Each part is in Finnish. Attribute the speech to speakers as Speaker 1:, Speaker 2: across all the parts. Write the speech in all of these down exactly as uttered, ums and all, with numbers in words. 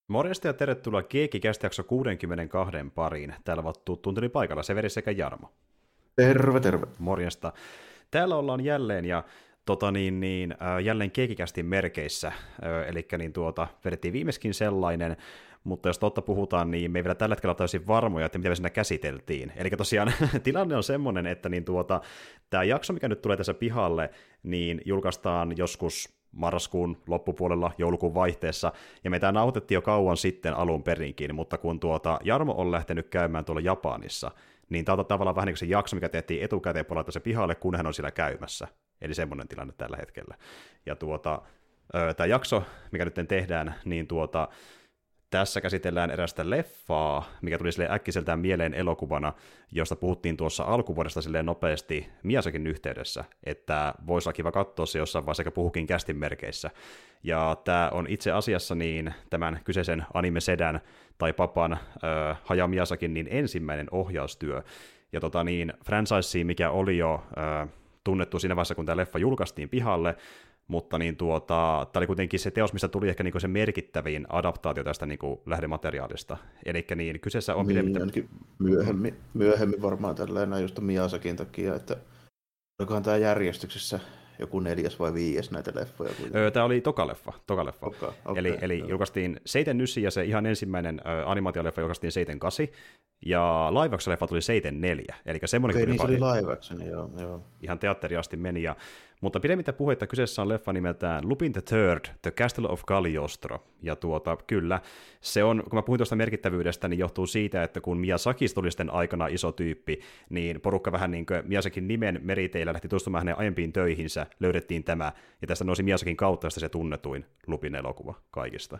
Speaker 1: Morjesta ja tervetuloa Geekikästä jakso kuusikymmentäkaksi pariin. Täällä ovat tuntuni paikalla Severi sekä Jarmo.
Speaker 2: Terve, terve.
Speaker 1: Morjesta. Täällä ollaan jälleen ja tota niin, niin, äh, jälleen Geekikästin merkeissä, äh, eli niin tuota, vedettiin viimeiskin sellainen, mutta jos totta puhutaan, niin me ei vielä tällä hetkellä ole täysin varmoja, että mitä me siinä käsiteltiin. Eli tosiaan tilanne on semmoinen, että niin tuota, tämä jakso, mikä nyt tulee tässä pihalle, niin julkaistaan joskus marraskuun loppupuolella, joulukuun vaihteessa, ja me tämä nauhoitettiin jo kauan sitten alun perinkin, mutta kun tuota Jarmo on lähtenyt käymään tuolla Japanissa, niin tämä on tavallaan vähän niin kuin se jakso, mikä tehtiin etukäteen puolelta se pihalle, kun hän on siellä käymässä. Eli semmoinen tilanne tällä hetkellä. Ja tuota, tämä jakso, mikä nyt tehdään, niin tuota, tässä käsitellään erästä leffaa, mikä tuli sille äkkiseltään mieleen elokuvana, josta puhuttiin tuossa alkuvuodesta silleen nopeasti Miyazakin yhteydessä, että voisi olla kiva katsoa se jossain vaiheessa, sekä puhukin kästin merkeissä. Ja tämä on itse asiassa niin tämän kyseisen anime-sedän tai papan äh, Hayao Miyazakin niin ensimmäinen ohjaustyö. Ja tota niin, franchise, mikä oli jo äh, tunnettu siinä vaiheessa, kun tämä leffa julkaistiin pihalle, mutta niin tuota, tämä oli kuitenkin se teos, mistä tuli ehkä niinku se merkittävin adaptaatio tästä niinku lähdemateriaalista. Eli niin, kyseessä on...
Speaker 2: Niin,
Speaker 1: pidemmittä...
Speaker 2: ainakin myöhemmin, myöhemmin varmaan tällainen just Miyazakin takia, että olikohan tämä järjestyksessä joku neljäs vai viides näitä leffoja?
Speaker 1: Öö, tämä oli toka leffa. Toka leffa.
Speaker 2: Okay, okay,
Speaker 1: eli eli julkaistiin seitsemänkymmentäyhdeksän ja se ihan ensimmäinen ö, animaatioleffa julkaistiin seitsemänkymmentäkahdeksan ja live action leffa tuli seitsemänkymmentäneljä. Eli semmoinen
Speaker 2: okay,
Speaker 1: tuli
Speaker 2: niin se oli live action, joo, joo.
Speaker 1: Ihan teatteriasti meni. Ja, mutta pidemmittä puhetta kyseessä on leffa nimeltään Lupin the Third, The Castle of Cagliostro. Ja tuota, kyllä, se on, kun mä puhuin tuosta merkittävyydestä, niin johtuu siitä, että kun Miyazaki tuli sitten aikana iso tyyppi, niin porukka vähän niin kuin Miyazakin nimen meriteillä lähti tutustumaan hänen aiempiin töihinsä, löydettiin tämä, ja tästä nousi Miyazakin kautta se tunnetuin Lupin elokuva kaikista.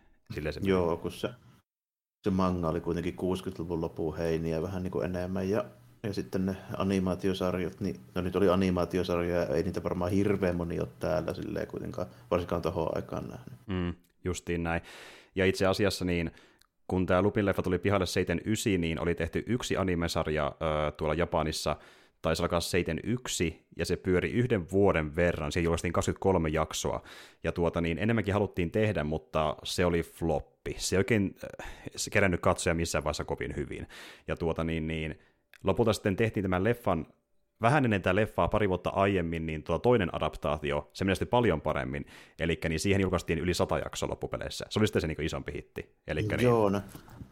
Speaker 1: Se
Speaker 2: joo, kun se, se manga oli kuitenkin kuusikymmentäluvun lopun heiniä vähän niin kuin enemmän, ja Ja sitten ne animaatiosarjat, niin no nyt oli animaatiosarjoja, ja ei niitä varmaan hirveän moni ole täällä silleen kuitenkaan, varsinkaan tohon aikaan nähnyt.
Speaker 1: Mm, justiin näin. Ja itse asiassa niin, kun tämä Lupin leffa tuli pihalle seitsemänkymmentäyhdeksän, niin oli tehty yksi animesarja äh, tuolla Japanissa, taisi alkaa seitsemänkymmentäyksi, ja se pyöri yhden vuoden verran, siihen julkaistiin kaksikymmentäkolme jaksoa, ja tuota niin, enemmänkin haluttiin tehdä, mutta se oli floppi. Se ei oikein äh, se kerännyt katsoja missään vaiheessa kovin hyvin, ja tuota niin, niin lopulta sitten tehtiin tämän leffan, vähän ennen tätä leffaa pari vuotta aiemmin, niin tuo toinen adaptaatio, se menestyi paljon paremmin, eli niin siihen julkaistiin yli sata jaksoa loppupeleissä. Se oli sitten se niin isompi hitti. Elikkä
Speaker 2: joo,
Speaker 1: niin...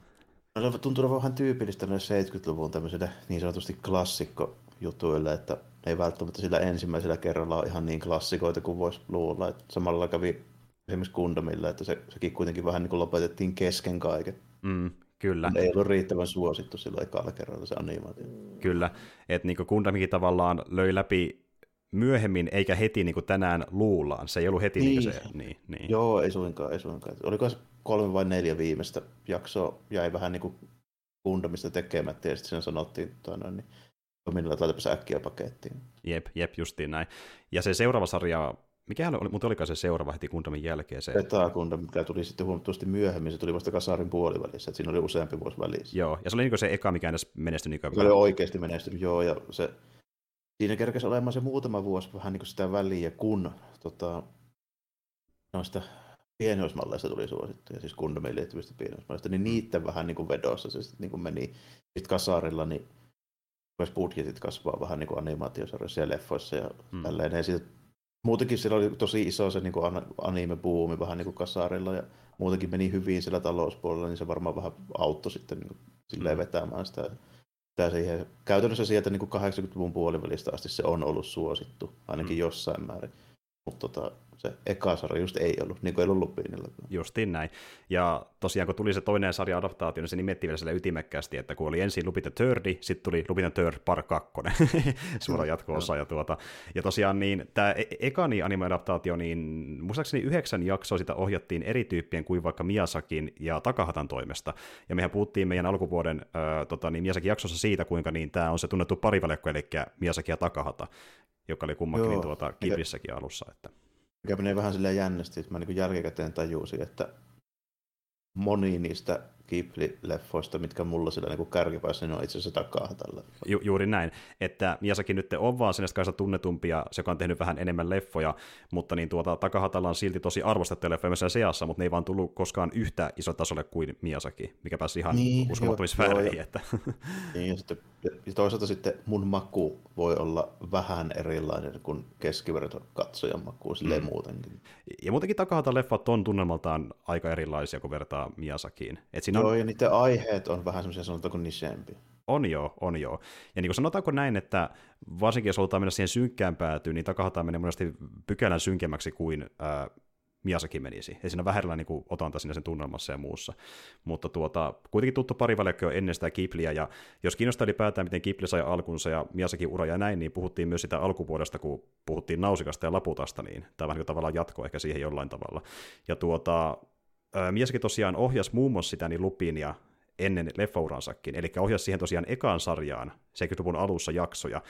Speaker 2: no, no tuntuu vähän tyypillistä näille seitsemänkymmentäluvun tämmöisille niin sanotusti klassikkojutuille, että ei välttämättä sillä ensimmäisellä kerralla ole ihan niin klassikoita kuin voisi luulla. Että samalla kävi esimerkiksi Gundamilla, että se, sekin kuitenkin vähän niin kuin lopetettiin kesken kaiken.
Speaker 1: Mm. Kyllä.
Speaker 2: Ei ollut riittävän suosittu sillä ekalla kerralla se animaatio.
Speaker 1: Kyllä, että niin Gundamikin tavallaan löi läpi myöhemmin, eikä heti niin kuin tänään luullaan. Se ei ollut heti niin, niin se. Niin, niin.
Speaker 2: Joo, ei suinkaan, ei suinkaan. Oliko se kolme vai neljä viimeistä jaksoa jäi vähän niin kuin Gundamista tekemättä, ja sitten sen sanottiin, että no, niin, minä laitapa se äkkiä pakettiin.
Speaker 1: Jep, jep, justiin näin. Ja se seuraava sarja, mikähän oli, mutta olikaan se seuraava heti Gundamin jälkeen? Se...
Speaker 2: Beta Gundam, mikä tuli sitten huomattavasti myöhemmin, se tuli vasta Kasarin puolivälissä, että siinä oli useampi vuosi välissä.
Speaker 1: Joo, ja se oli niin se eka, mikä edes menestyi. Niin
Speaker 2: se oli oikeasti menestynyt, joo, ja se, siinä kerkesi olemaan se muutama vuosi vähän niin kuin sitä väliä, kun tota, noista pienoismalleista tuli suosittuja, siis Gundamiin liittyvistä pienoismalleista, niin niiden vähän niin kuin vedossa se sitten niin kuin meni. Sitten Kasarilla, niin budjetit kasvaa vähän niin kuin animaatiosarjoissa ja leffoissa ja hmm. tälleen. Ja sitten muutenkin siellä oli tosi iso se niin kuin anime-buumi vähän niin kuin Kasarilla ja muutenkin meni hyvin siellä talouspuolella, niin se varmaan vähän auttoi sitten niin kuin silleen hmm. vetämään sitä. sitä siihen. Käytännössä sieltä niin kuin kahdeksankymmentäluvun puolivälistä asti se on ollut suosittu, ainakin hmm. jossain määrin. Mutta tota, se eka sarja just ei ollut, niin kuin ei ollut Lupinilla.
Speaker 1: Justiin näin. Ja tosiaan kun tuli se toinen sarja-adaptaatio, niin se nimettiin vielä sille ytimekkäästi, että kun oli ensin Lupin the Third, sitten tuli Lupin the Third Part kaksi, suora jatko-osa. Ja, tuota, ja tosiaan niin, tämä e- ekani anime-adaptaatio, niin muistaakseni yhdeksän jaksoa sitä ohjattiin eri tyyppien kuin vaikka Miyazakin ja Takahatan toimesta. Ja mehän puhuttiin meidän alkuvuoden äh, tota, niin Miyazakin jaksossa siitä, kuinka niin tämä on se tunnettu parivaljakko, eli Miyazaki ja Takahata, joka oli kummakin niin tuota, Ghiblissäkin alussa. Että...
Speaker 2: Mikä menee vähän silleen jännästi, että mä niin jälkikäteen tajusin, että moni niistä Ghibli-leffoista, mitkä mulla sillä niin kärkipäässä, niin on itse asiassa Takahata.
Speaker 1: Ju- juuri näin, että Miyazaki nyt on vaan sinne kanssa tunnetumpia, se joka on tehnyt vähän enemmän leffoja, mutta niin tuota, Takahatalla on silti tosi arvostettuja leffoja myös seassa, mutta ne ei vaan tullut koskaan yhtä iso tasolle kuin Miyazaki, mikä pääsi ihan niin, uskomattomissa sfääreihin. Että...
Speaker 2: niin, ja, sitten, ja toisaalta sitten mun maku voi olla vähän erilainen kuin keskiverto katsojan maku, silleen mm. muutenkin.
Speaker 1: Ja muutenkin Takahatan leffat on tunnelmaltaan aika erilaisia, kun vertaa Miyazakiin. Et siinä
Speaker 2: joo,
Speaker 1: on...
Speaker 2: ja niiden aiheet on vähän semmoisia, sanotaanko nisempiä.
Speaker 1: On joo, on joo. Ja niin kuin sanotaanko näin, että varsinkin jos halutaan mennä siihen synkkään päätyyn, niin Takahata menee monesti pykälän synkemmäksi kuin ää, Miyazaki menisi. Ja siinä on vähän erilainen niin otanta siinä sen tunnelmassa ja muussa. Mutta tuota, kuitenkin tuttu parivaljakko on ennen sitä Ghibliä, ja jos kiinnostaa ylipäätään, miten Ghibli sai alkunsa ja Miyazakin ura ja näin, niin puhuttiin myös sitä alkupuolesta, kun puhuttiin Nausikasta ja Laputasta, niin tämä on vähän niin tavallaan jatko ehkä siihen jollain tavalla. Ja tuota, ää, Miyazaki tosiaan ohjasi muun muassa sitä niin Lupinia ennen leffauransakin, eli ohjasi siihen tosiaan ekaan sarjaan seitsemänkymmentäluvun alussa jaksoja,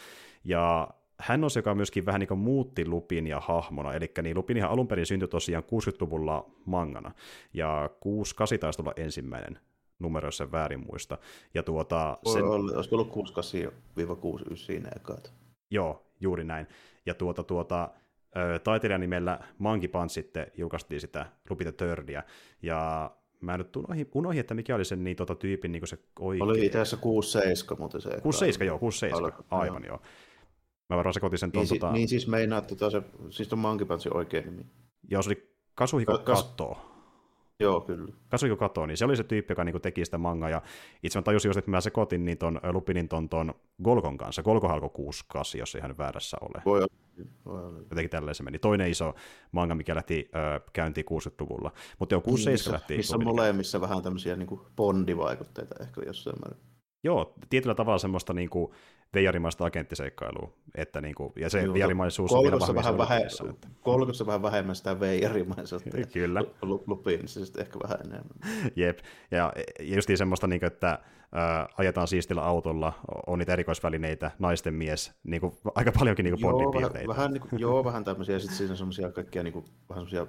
Speaker 1: ja hän on se, joka myöskin vähän niin kuin muutti Lupinia hahmona, eli niin Lupinihan alun perin syntyi tosiaan kuusikymmentäluvulla mangana, ja kuusikymmentäkahdeksan taisi olla ensimmäinen numero, jos sen väärin muista. Ja tuota,
Speaker 2: sen... Olisiko ollut kuusikymmentäkahdeksan kuusikymmentäyhdeksän ekat?
Speaker 1: Joo, juuri näin. Ja tuota, tuota, taiteilijan nimellä Monkey Punch sitten julkaistiin sitä Lupin the Thirdia, ja mä nyt unohdin, unohdin, että mikä oli sen niin, tota, tyypin niin se oikein.
Speaker 2: Oli itse asiassa kuusi seitsemän, mutta se...
Speaker 1: kuusi seitsemän, joo, kuusi seitsemän, aivan joo. Mä varmaan sekoitin sen tuon...
Speaker 2: Niin,
Speaker 1: tota...
Speaker 2: niin siis meinaat, että se, siis on Monkey Punchin oikein nimi.
Speaker 1: Joo, se oli Kazuhiko Kas... Kato.
Speaker 2: Joo, kyllä.
Speaker 1: Kazuhiko Kato, niin se oli se tyyppi, joka niinku teki sitä mangaa, ja itse mä tajusin just, että mä sekoitin niin ton Lupinin ton, ton Golgon kanssa. Golgon alkoi kuusikymmentäkahdeksan, jos ei ihan väärässä ole.
Speaker 2: Voi olla.
Speaker 1: Jotenkin tälleen se meni. Toinen iso manga, mikä lähti ö, käyntiin kuusikymmentäluvulla. Mutta joo, kuusikymmentäseitsemän lähti...
Speaker 2: Missä on molemmissa vähän tämmöisiä niinku bondivaikutteita ehkä jossain määrin.
Speaker 1: Joo, tietyllä tavalla semmoista niinku veijarimaista agenttiseikkailua, että niinku, ja se veijarimaisuus on vielä
Speaker 2: vähän vähemmän. Kolkossa vähän vähemmän sitä veijarimaisuutta.
Speaker 1: Kyllä.
Speaker 2: Lupiin, se sitten ehkä vähän enemmän.
Speaker 1: Jep, ja, ja justiin semmoista, niinku, että ää, ajetaan siistillä autolla, on niitä erikoisvälineitä, naisten mies, niinku, aika paljonkin niinku bondipiirteitä.
Speaker 2: Vähän, vähän, niinku, joo, vähän tämmöisiä, ja sitten siinä on semmoisia kaikkia niinku, vähän semmoisia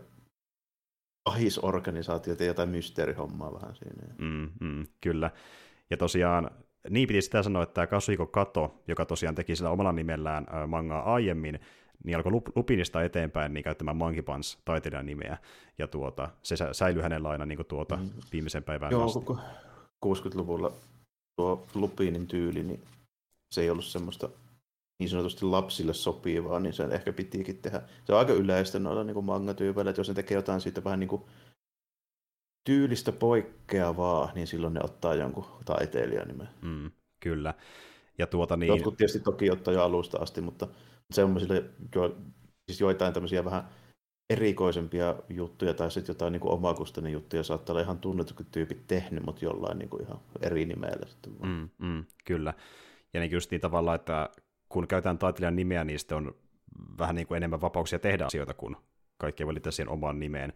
Speaker 2: ahisorganisaatioita ja jotain mysteerihommaa vähän siinä.
Speaker 1: Mm, mm, kyllä. Ja tosiaan, niin piti sitä sanoa, että Kazuhiko Kato, joka tosiaan teki sillä omalla nimellään mangaa aiemmin, niin alkoi Lupinista eteenpäin niin käyttämään Monkey Punch taiteilijan nimeä, ja tuota, se säilyi hänellä aina niin kuin tuota, mm. viimeisen päivään
Speaker 2: Joo,
Speaker 1: asti.
Speaker 2: Joo, kuusikymmentäluvulla tuo Lupinin tyyli, niin se ei ollut semmoista niin sanotusti lapsille sopivaa, niin se ehkä pitikin tehdä. Se on aika yleistä noilla niin manga-tyypeillä, että jos ne tekee jotain siitä vähän niin kuin tyylistä poikkeavaa, niin silloin ne ottaa jonkun taiteilijan nimen.
Speaker 1: Mm, kyllä. Ja tuota niin...
Speaker 2: Jotkut tietysti toki ottaa jo alusta asti, mutta semmoisille jo, siis joitain tämmöisiä vähän erikoisempia juttuja tai sitten jotain niin kuin omakustainen juttuja saattaa olla ihan tunnetut tyypit tehnyt, mutta jollain niin kuin ihan eri nimellä sitten.
Speaker 1: Mm, mm, kyllä. Ja niin just niin tavalla, että kun käytetään taiteilijan nimeä, niin sitten on vähän niin kuin enemmän vapauksia tehdä asioita, kun kaikki voi liittää siihen omaan nimeen.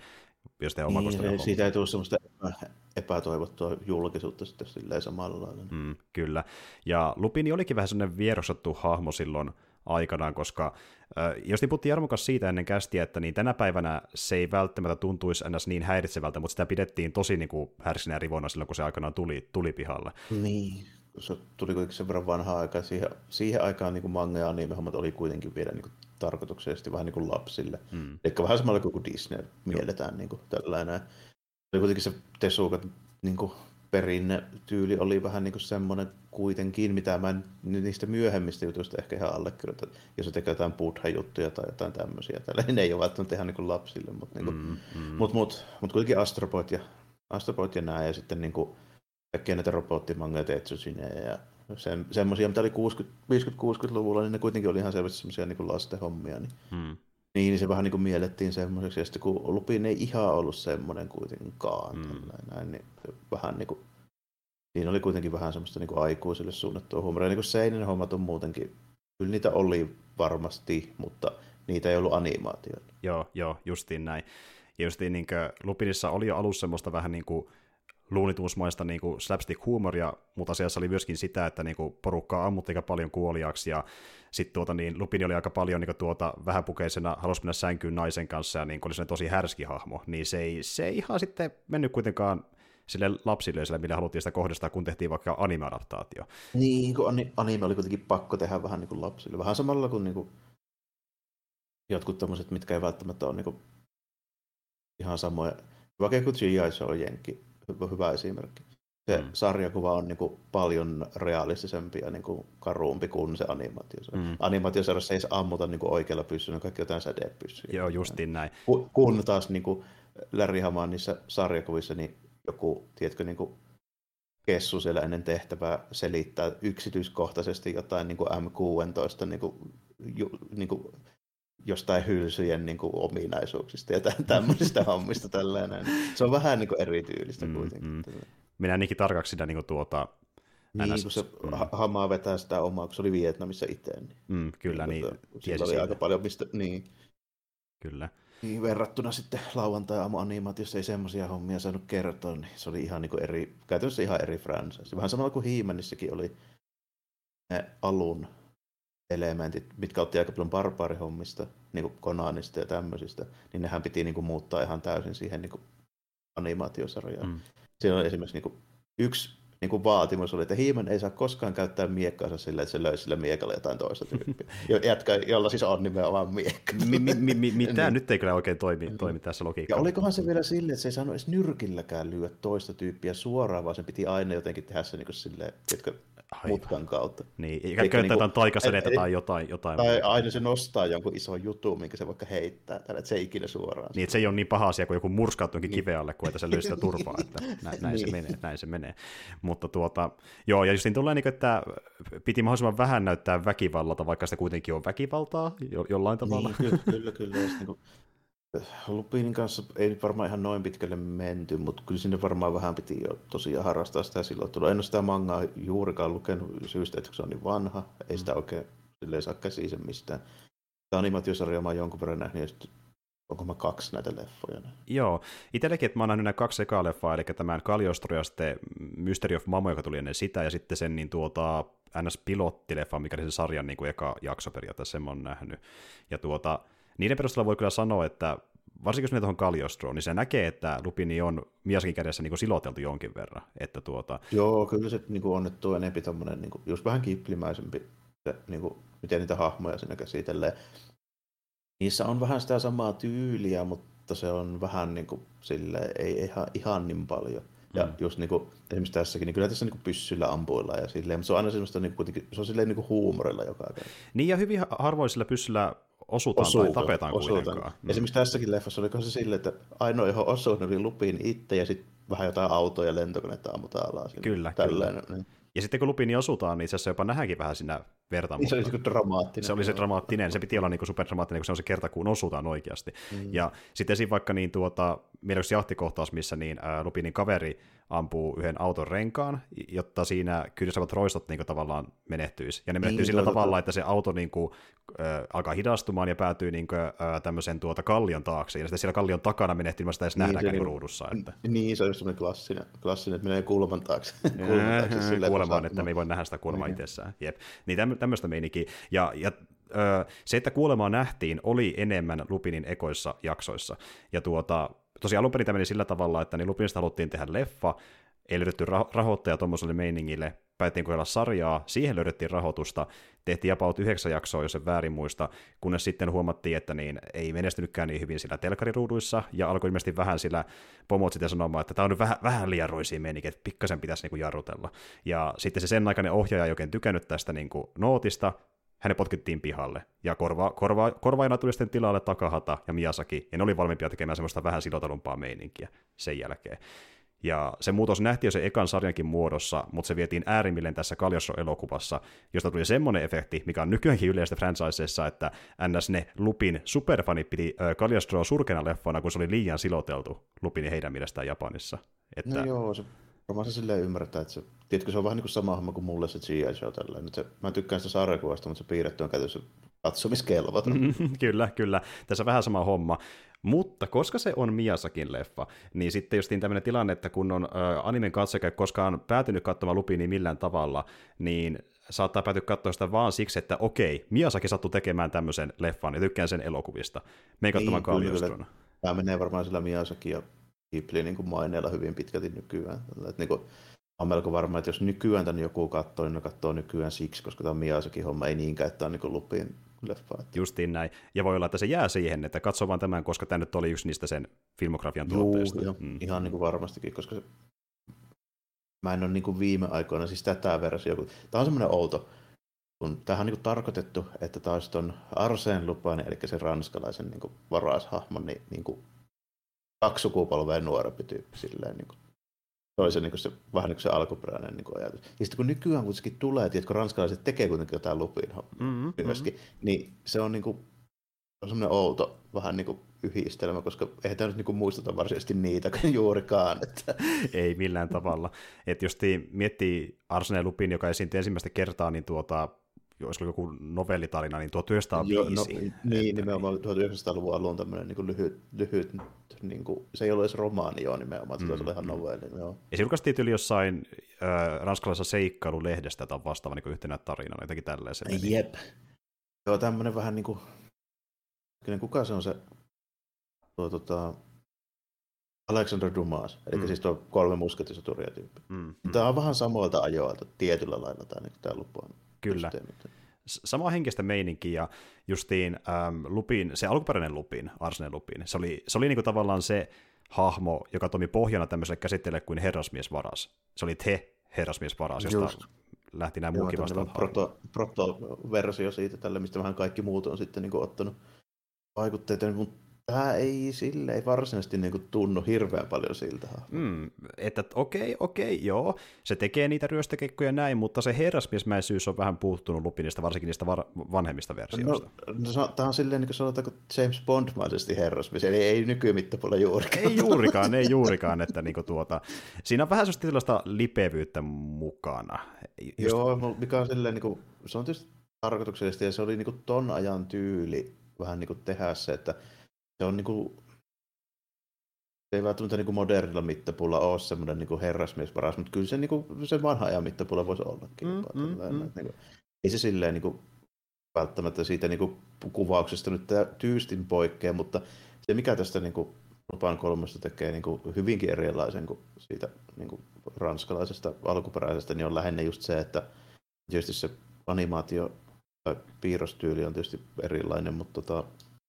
Speaker 2: Niin, ei, siitä ei tule semmoista epätoivottua julkisuutta sitten silleen samalla lailla.
Speaker 1: Mm, kyllä. Ja Lupini olikin vähän semmoinen vierostettu hahmo silloin aikanaan, koska äh, jos tiputtiin Jarmokas siitä ennen kästiä, että niin tänä päivänä se ei välttämättä tuntuisi ennäs niin häiritsevältä, mutta sitä pidettiin tosi niin kuin härsinä ja rivona silloin, kun se aikanaan tuli, tuli pihalle.
Speaker 2: Niin, se tuli kuitenkin sen verran vanhaa aikaa. Siihen, siihen aikaan niin manga ja anime-hommat oli kuitenkin vielä niin kuin tarkoituksellisesti vähän niin kuin lapsille. Mm. Eli vähän samalla kuin Disney mielletään niin kuin tällainen. Ja kuitenkin se Tezuka niin kuin perinnetyyli oli vähän niin kuin semmoinen kuitenkin, mitä mä en niistä myöhemmistä jutuista ehkä ihan allekirjoitan. Jos se tekee jotain buddha-juttuja tai jotain tämmöisiä. Tällainen, ne ei ole välttämättä ihan niin kuin lapsille, mutta niin mm, mm. mut, mut, mut kuitenkin Astro Boy ja, Astro Boy ja nää ja sitten niin kuin kaikkia näitä robottimangoja Tetsuchineja ja se, semmoisia, mitä oli viisikymmentä-kuusikymmentäluvulla, niin ne kuitenkin oli ihan selvästi semmoisia niin lastenhommia. Niin, hmm. niin se vähän niin kuin miellettiin semmoiseksi. Ja sitten kun Lupin ei ihan ollut semmoinen kuitenkaan. Hmm. Näin, niin vähän niin kuin, siinä oli kuitenkin vähän semmoista niin kuin aikuisille suunnattua huumoria. Niin kuin Seinen hommat on muutenkin, kyllä niitä oli varmasti, mutta niitä ei ollut animaatioita.
Speaker 1: Joo, joo, justiin näin. Ja justiin niin kuin Lupinissa oli jo alussa semmoista vähän niin kuin luunituusmaista niin kuin slapstick-huumoria, mutta asiassa oli myöskin sitä, että niin kuin porukkaa ammuttiin aika paljon kuoliaksi, ja sitten tuota, niin Lupini oli aika paljon niin kuin tuota, vähäpukeisena, halusi mennä sänkyyn naisen kanssa, ja niin kuin oli tosi härski hahmo, niin se ei, se ei ihan sitten mennyt kuitenkaan sille lapsille, millä haluttiin sitä kohdistaa, kun tehtiin vaikka anime-adaptaatio.
Speaker 2: Niin, kun anime oli kuitenkin pakko tehdä vähän niin kuin lapsille. Vähän samalla kuin, niin kuin jotkut tommoset, mitkä ei välttämättä ole niin kuin ihan samoja. Vaikka kun G I. Joe on jenkki, hyvä esimerkki. Se mm. sarjakuva on niin kuin paljon realistisempi ja niin kuin karuumpi kuin se animaatio. Mm. Animaatiosarjassa ei se ammuta niin kuin oikealla pyssyllä, kaikki jotain sädepyssyjä.
Speaker 1: Joo, justiin näin.
Speaker 2: Kun taas niin kuin Larry Haman niissä sarjakuvissa, niin joku, tiedätkö, niin kuin kessu siellä ennen tehtävää selittää yksityiskohtaisesti jotain niin kuin M kuusitoista niin kuin, ju, niin kuin jostain hylsyjen niin kuin ominaisuuksista ja tämmöisistä hommista tällainen. Se on vähän niin kuin erityylistä mm, kuitenkin. Mm.
Speaker 1: Minä niinkin tarkaksi sitä niin kuin tuota...
Speaker 2: Niin, N S... kun se mm. Hamaa vetää sitä omaa, kun se oli Vietnamissa itse. Niin,
Speaker 1: mm, kyllä, niin.
Speaker 2: Sillä oli aika paljon mistä... Niin.
Speaker 1: Kyllä.
Speaker 2: Niin, verrattuna sitten lauantai-aamu-animaatiossa ei semmoisia hommia saanut kertoa, niin se oli ihan niin kuin eri, käytännössä ihan eri franchise. Vähän samalla kuin He-Manissakin oli ne alun elementit, mitkä otti aika paljon barbaarihommista, niin kuin Conanista ja tämmöisistä, niin nehän piti niin kuin muuttaa ihan täysin siihen niin kuin animaatiosarjaan. Mm. Siinä on esimerkiksi niin kuin yksi niin kuin vaatimus oli, että He-Man ei saa koskaan käyttää miekkaansa sillä, että se löysi sillä miekalla jotain toista tyyppiä. Jätkä, jolla siis on nimenomaan miekka.
Speaker 1: Mi, mi, mi, mi, Mitä nyt ei kyllä oikein toimi, toimi tässä logiikassa.
Speaker 2: Ja olikohan se vielä silleen, että se ei saanut edes nyrkilläkään lyödä toista tyyppiä suoraan, vaan sen piti aina jotenkin tehdä se niin kuin silleen, jotka mutkan kautta.
Speaker 1: Niin, eikä käyttää niin jotain taikasädeitä tai jotain. jotain
Speaker 2: tai aina se nostaa jonkun ison jutun, minkä se vaikka heittää, tällä, että se ei ikinä suoraan.
Speaker 1: Niin, että se ei ole niin paha asia, kun joku murskaat jonkin niin. kivealle, kun että se löysi sitä turpaa, että näin, näin, niin. se menee, näin se menee. Mutta tuota, joo, ja just niin tulee, että piti mahdollisimman vähän näyttää väkivallalta, vaikka sitä kuitenkin on väkivaltaa jo, jollain tavalla.
Speaker 2: Niin, kyllä, kyllä. kyllä niin kuin, Lupinin kanssa ei nyt varmaan ihan noin pitkälle menty, mutta kyllä sinne varmaan vähän piti jo tosiaan harrastaa sitä silloin. En ole sitä mangaa juurikaan lukenut syystä, että se on niin vanha. Ei sitä oikein silleen saa käsiin sen mistään. Tämä animaatiosarja mä oon jonkun verran nähnyt, ja sitten onko mä kaksi näitä leffoja.
Speaker 1: Joo, itsellekin, että mä oon nähnyt nämä kaksi ekaa leffaa, eli tämän Cagliostro ja sitten Mystery of Mamo, joka tuli ennen sitä, ja sitten sen niin tuota N S-pilottileffa, mikä oli se sarjan niin kuin eka jakso periaatteessa, sen mä oon nähnyt. Ja tuota, niiden perusteella voi kyllä sanoa, että varsinkin jos menee tuohon Cagliostroon, niin se näkee, että Lupini on Miyazakin kädessä niin kuin siloteltu jonkin verran. Että tuota...
Speaker 2: Joo, kyllä se niin kuin on, että tuo enempi tommoinen, niin kuin, just vähän kiplimäisempi, se, niin kuin, miten niitä hahmoja siinä käsitellään. Niissä on vähän sitä samaa tyyliä, mutta se on vähän niin kuin, silleen, ei ihan, ihan niin paljon. Ja mm. just niin kuin, esimerkiksi tässäkin, niin kyllä tässä niin kuin pyssyllä ampuillaan ja silleen, mutta se on aina semmoista niin kuin, se on silleen niin kuin huumorilla joka kerta.
Speaker 1: Niin ja hyvin harvoin sillä pyssyllä osutaan Osuuta, tai tapetaan osuutaan. kuitenkaan.
Speaker 2: Mm. Esimerkiksi tässäkin leffassa oliko se silleen, että ainoa johon osuu oli Lupin itse ja sitten vähän jotain autoja ja lentokoneita ammutaan alas.
Speaker 1: Kyllä, kyllä. Niin. Ja sitten kun Lupini osutaan, niin itse asiassa jopa nähdäänkin vähän siinä verta.
Speaker 2: Niin se oli se dramaattinen.
Speaker 1: Se oli se dramaattinen, se piti olla niin kuin superdramaattinen, kun se on se kerta, kun osutaan oikeasti. Mm. Ja sitten siinä vaikka niin tuota, meillä on jahtikohtaus, missä niin, ää, Lupinin kaveri ampuu yhden auton renkaan, jotta siinä kyydissä olevat roistot niin kuin, tavallaan menehtyisi. Ja ne menehtyy niin, sillä tavalla, tavalla, että se auto niin kuin, äh, alkaa hidastumaan ja päätyy niin kuin, äh, tämmöisen tuota, kallion taakse. Ja sitten siellä kallion takana menehtyy, sitä edes niin, nähdäänkään niin, ruudussa. Että...
Speaker 2: Niin, se on just semmoinen klassinen, klassinen, että menee kulman taakse.
Speaker 1: kulman taakse sillä, kuolemaan, että me ei voi nähdä sitä kuolemaa niin. itsessään. Jep. Niin tämmöistä meininkiä. Ja, ja äh, se, että kuolemaa nähtiin, oli enemmän Lupinin ekoissa jaksoissa. Ja tuota... Tosiaan alun perin tämä meni sillä tavalla, että niin Lupinista haluttiin tehdä leffa, ei löydetty rahoittaja tuommoiselle meiningille, päätettiin kokeilla sarjaa, siihen löydettiin rahoitusta, tehtiin about yhdeksän jaksoa, jos en väärin muista, kunnes sitten huomattiin, että niin ei menestynytkään niin hyvin sillä telkkariruuduissa, ja alkoi ilmeisesti vähän sillä pomot sitten sanomaan, että tämä on nyt vähän, vähän liian roisia meininkiä, että pikkasen pitäisi niin kuin jarrutella. Ja sitten se sen aikainen ohjaaja ei oikein tykännyt tästä niin kuin nootista, hänet potkittiin pihalle, ja korva, korva, korvaajana tuli sitten tilalle Takahata ja Miyazaki, ja ne oli valmiimpia tekemään semmoista vähän silotelumpaa meininkiä sen jälkeen. Ja se muutos nähtiin jo se ekan sarjankin muodossa, mutta se vietiin äärimmilleen tässä Cagliostro-elokuvassa, josta tuli semmoinen efekti, mikä on nykyäänkin yleistä franchiseissa, että ns. Ne Lupin superfanit piti äh, Cagliostroa surkena leffana, kun se oli liian siloteltu Lupin heidän mielestään Japanissa. Että...
Speaker 2: No joo, se varmaan se silleen ymmärtää, että se, tiedätkö, se on vähän niin kuin sama homma kuin mulle se G I. Joe tällainen. Se, mä tykkään sitä sarjakuvasta, mutta se piirretty on käytössä katsomiskelvoton.
Speaker 1: Kyllä, kyllä. Tässä on vähän sama homma. Mutta koska se on Miyazakin leffa, niin sitten justiin tämmöinen tilanne, että kun on äh, animen katsoja koskaan päätynyt katsomaan Lupinia millään tavalla, niin saattaa päätyä katsoa sitä vaan siksi, että okei, Miyazaki sattui tekemään tämmöisen leffan ja tykkään sen elokuvista. Me ei katsomaan
Speaker 2: niin,
Speaker 1: Cagliostron.
Speaker 2: Tämä menee varmaan sillä Miyazaki ja Ghibli niin kuin maineella hyvin pitkälti nykyään. Että niin kuin, on melko varma, että jos nykyään tämän joku katsoo, niin ne katsoo nykyään siksi, koska tämä on Miyazakin homma, ei niinkään, että tämä on niin kuin Lupin leffa.
Speaker 1: Justiin näin. Ja voi olla, että se jää siihen, että katsoo vaan tämän, koska tämä nyt oli yksi niistä sen filmografian tuotteista.
Speaker 2: Joo, mm. ihan niin kuin varmastikin, koska se... mä en ole niin kuin viime aikoina, siis tätä versiota. Tämä on semmoinen outo, kun tämähän on niin kuin tarkoitettu, että tämä olisi tuon Arsène Lupin, eli sen ranskalaisen niin kuin varashahmon, niin, niin kuin kaksi sukupolvea nuorempi tyyppi silleen. Niin kuin. Se oli se, niin kuin se, vähän niin kuin se alkuperäinen niin kuin ajatus. Ja sitten kun nykyään kuitenkin tulee, tiedätkö, ranskalaiset tekee kuitenkin jotain Lupin mm-hmm, myöskin, mm-hmm. niin se on, niin kuin, on semmoinen outo vähän niin kuin yhdistelmä, koska eihän tämä nyt niin kuin muistuta varsinaisesti niitä juurikaan. Että.
Speaker 1: Ei millään tavalla. Että jos miettii Arsène Lupin, joka esiintyi ensimmäistä kertaa, niin tuota, jos oli joku novellitarina, niin tuhatyhdeksänsataaviisi.
Speaker 2: Joo, no, niin, että, nimenomaan tuhatyhdeksänsataaluvun alun tämmöinen niin kuin lyhyt, lyhyt niin kuin, se ei ole edes romaani joo nimenomaan, mm, se oli ihan novelli. Joo.
Speaker 1: Ja se julkaistiin yli jossain äh, ranskalaisessa seikkailulehdestä tai vastaava niin yhtenä tarinana, jotenkin tällaisen.
Speaker 2: Jep. Joo, tämmöinen vähän niin kuin, kuka se on se tuo, tota, Alexandre Dumas, eli mm. siis tuo kolme musketisoturia tyyppi. Mm, mm. Tämä on vähän samoilta ajoilta tietyllä lailla tämä, niin tämä lupa on.
Speaker 1: Kyllä. Samaa henkistä meininkiä, ja justiin ähm, Lupin, se alkuperäinen Lupin, Arsène Lupin, se oli, se oli niinku tavallaan se hahmo, joka toimi pohjana tämmöiselle käsitteelle kuin herrasmies varas. Se oli te herrasmies varas, josta Just. lähti nämä muukin vastaavat
Speaker 2: proto, proto-versio siitä, tälle, mistä vähän kaikki muut on sitten niinku ottanut vaikutteita, mutta tämä ei sille ei varsinaisesti niinku tunnu hirveän paljon siltä.
Speaker 1: Mm, että okei, okei, joo, se tekee niitä ryöstökekkoja näin, mutta se herrasmiesmäisyys on vähän puuttunut Lupinista, varsinkin niistä var- vanhemmista versioista.
Speaker 2: No, no, tämä on silleen, niin kuin sanotaanko James Bond-maisesti herrasmies, eli ei nykymittapuolella juurikaan.
Speaker 1: Ei juurikaan, ei juurikaan, että niinku tuota, siinä on vähän sellaista lipevyyttä mukana.
Speaker 2: Just... Joo, mikä on silleen, niin kuin, se on tietysti tarkoituksellisesti, ja se oli niin kuin ton ajan tyyli vähän niin kuin tehdä se, että se on niinku, se ei välttämättä niinku modernilla mittapuulla ole semmoinen niinku herrasmiesvaras, mutta kyllä se, niinku, se vanha ajan mittapuulla voisi ollakin. Mm, mm, mm. Niinku, ei se silleen niinku, välttämättä siitä niinku, kuvauksesta nyt tyystin poikkea, mutta se mikä tästä niinku, Lupin kolmosta tekee niinku, hyvinkin erilaisen kuin siitä niinku, ranskalaisesta alkuperäisestä, niin on lähinnä just se, että tietysti se animaatio tai piirrostyyli on tietysti erilainen, mutta tota,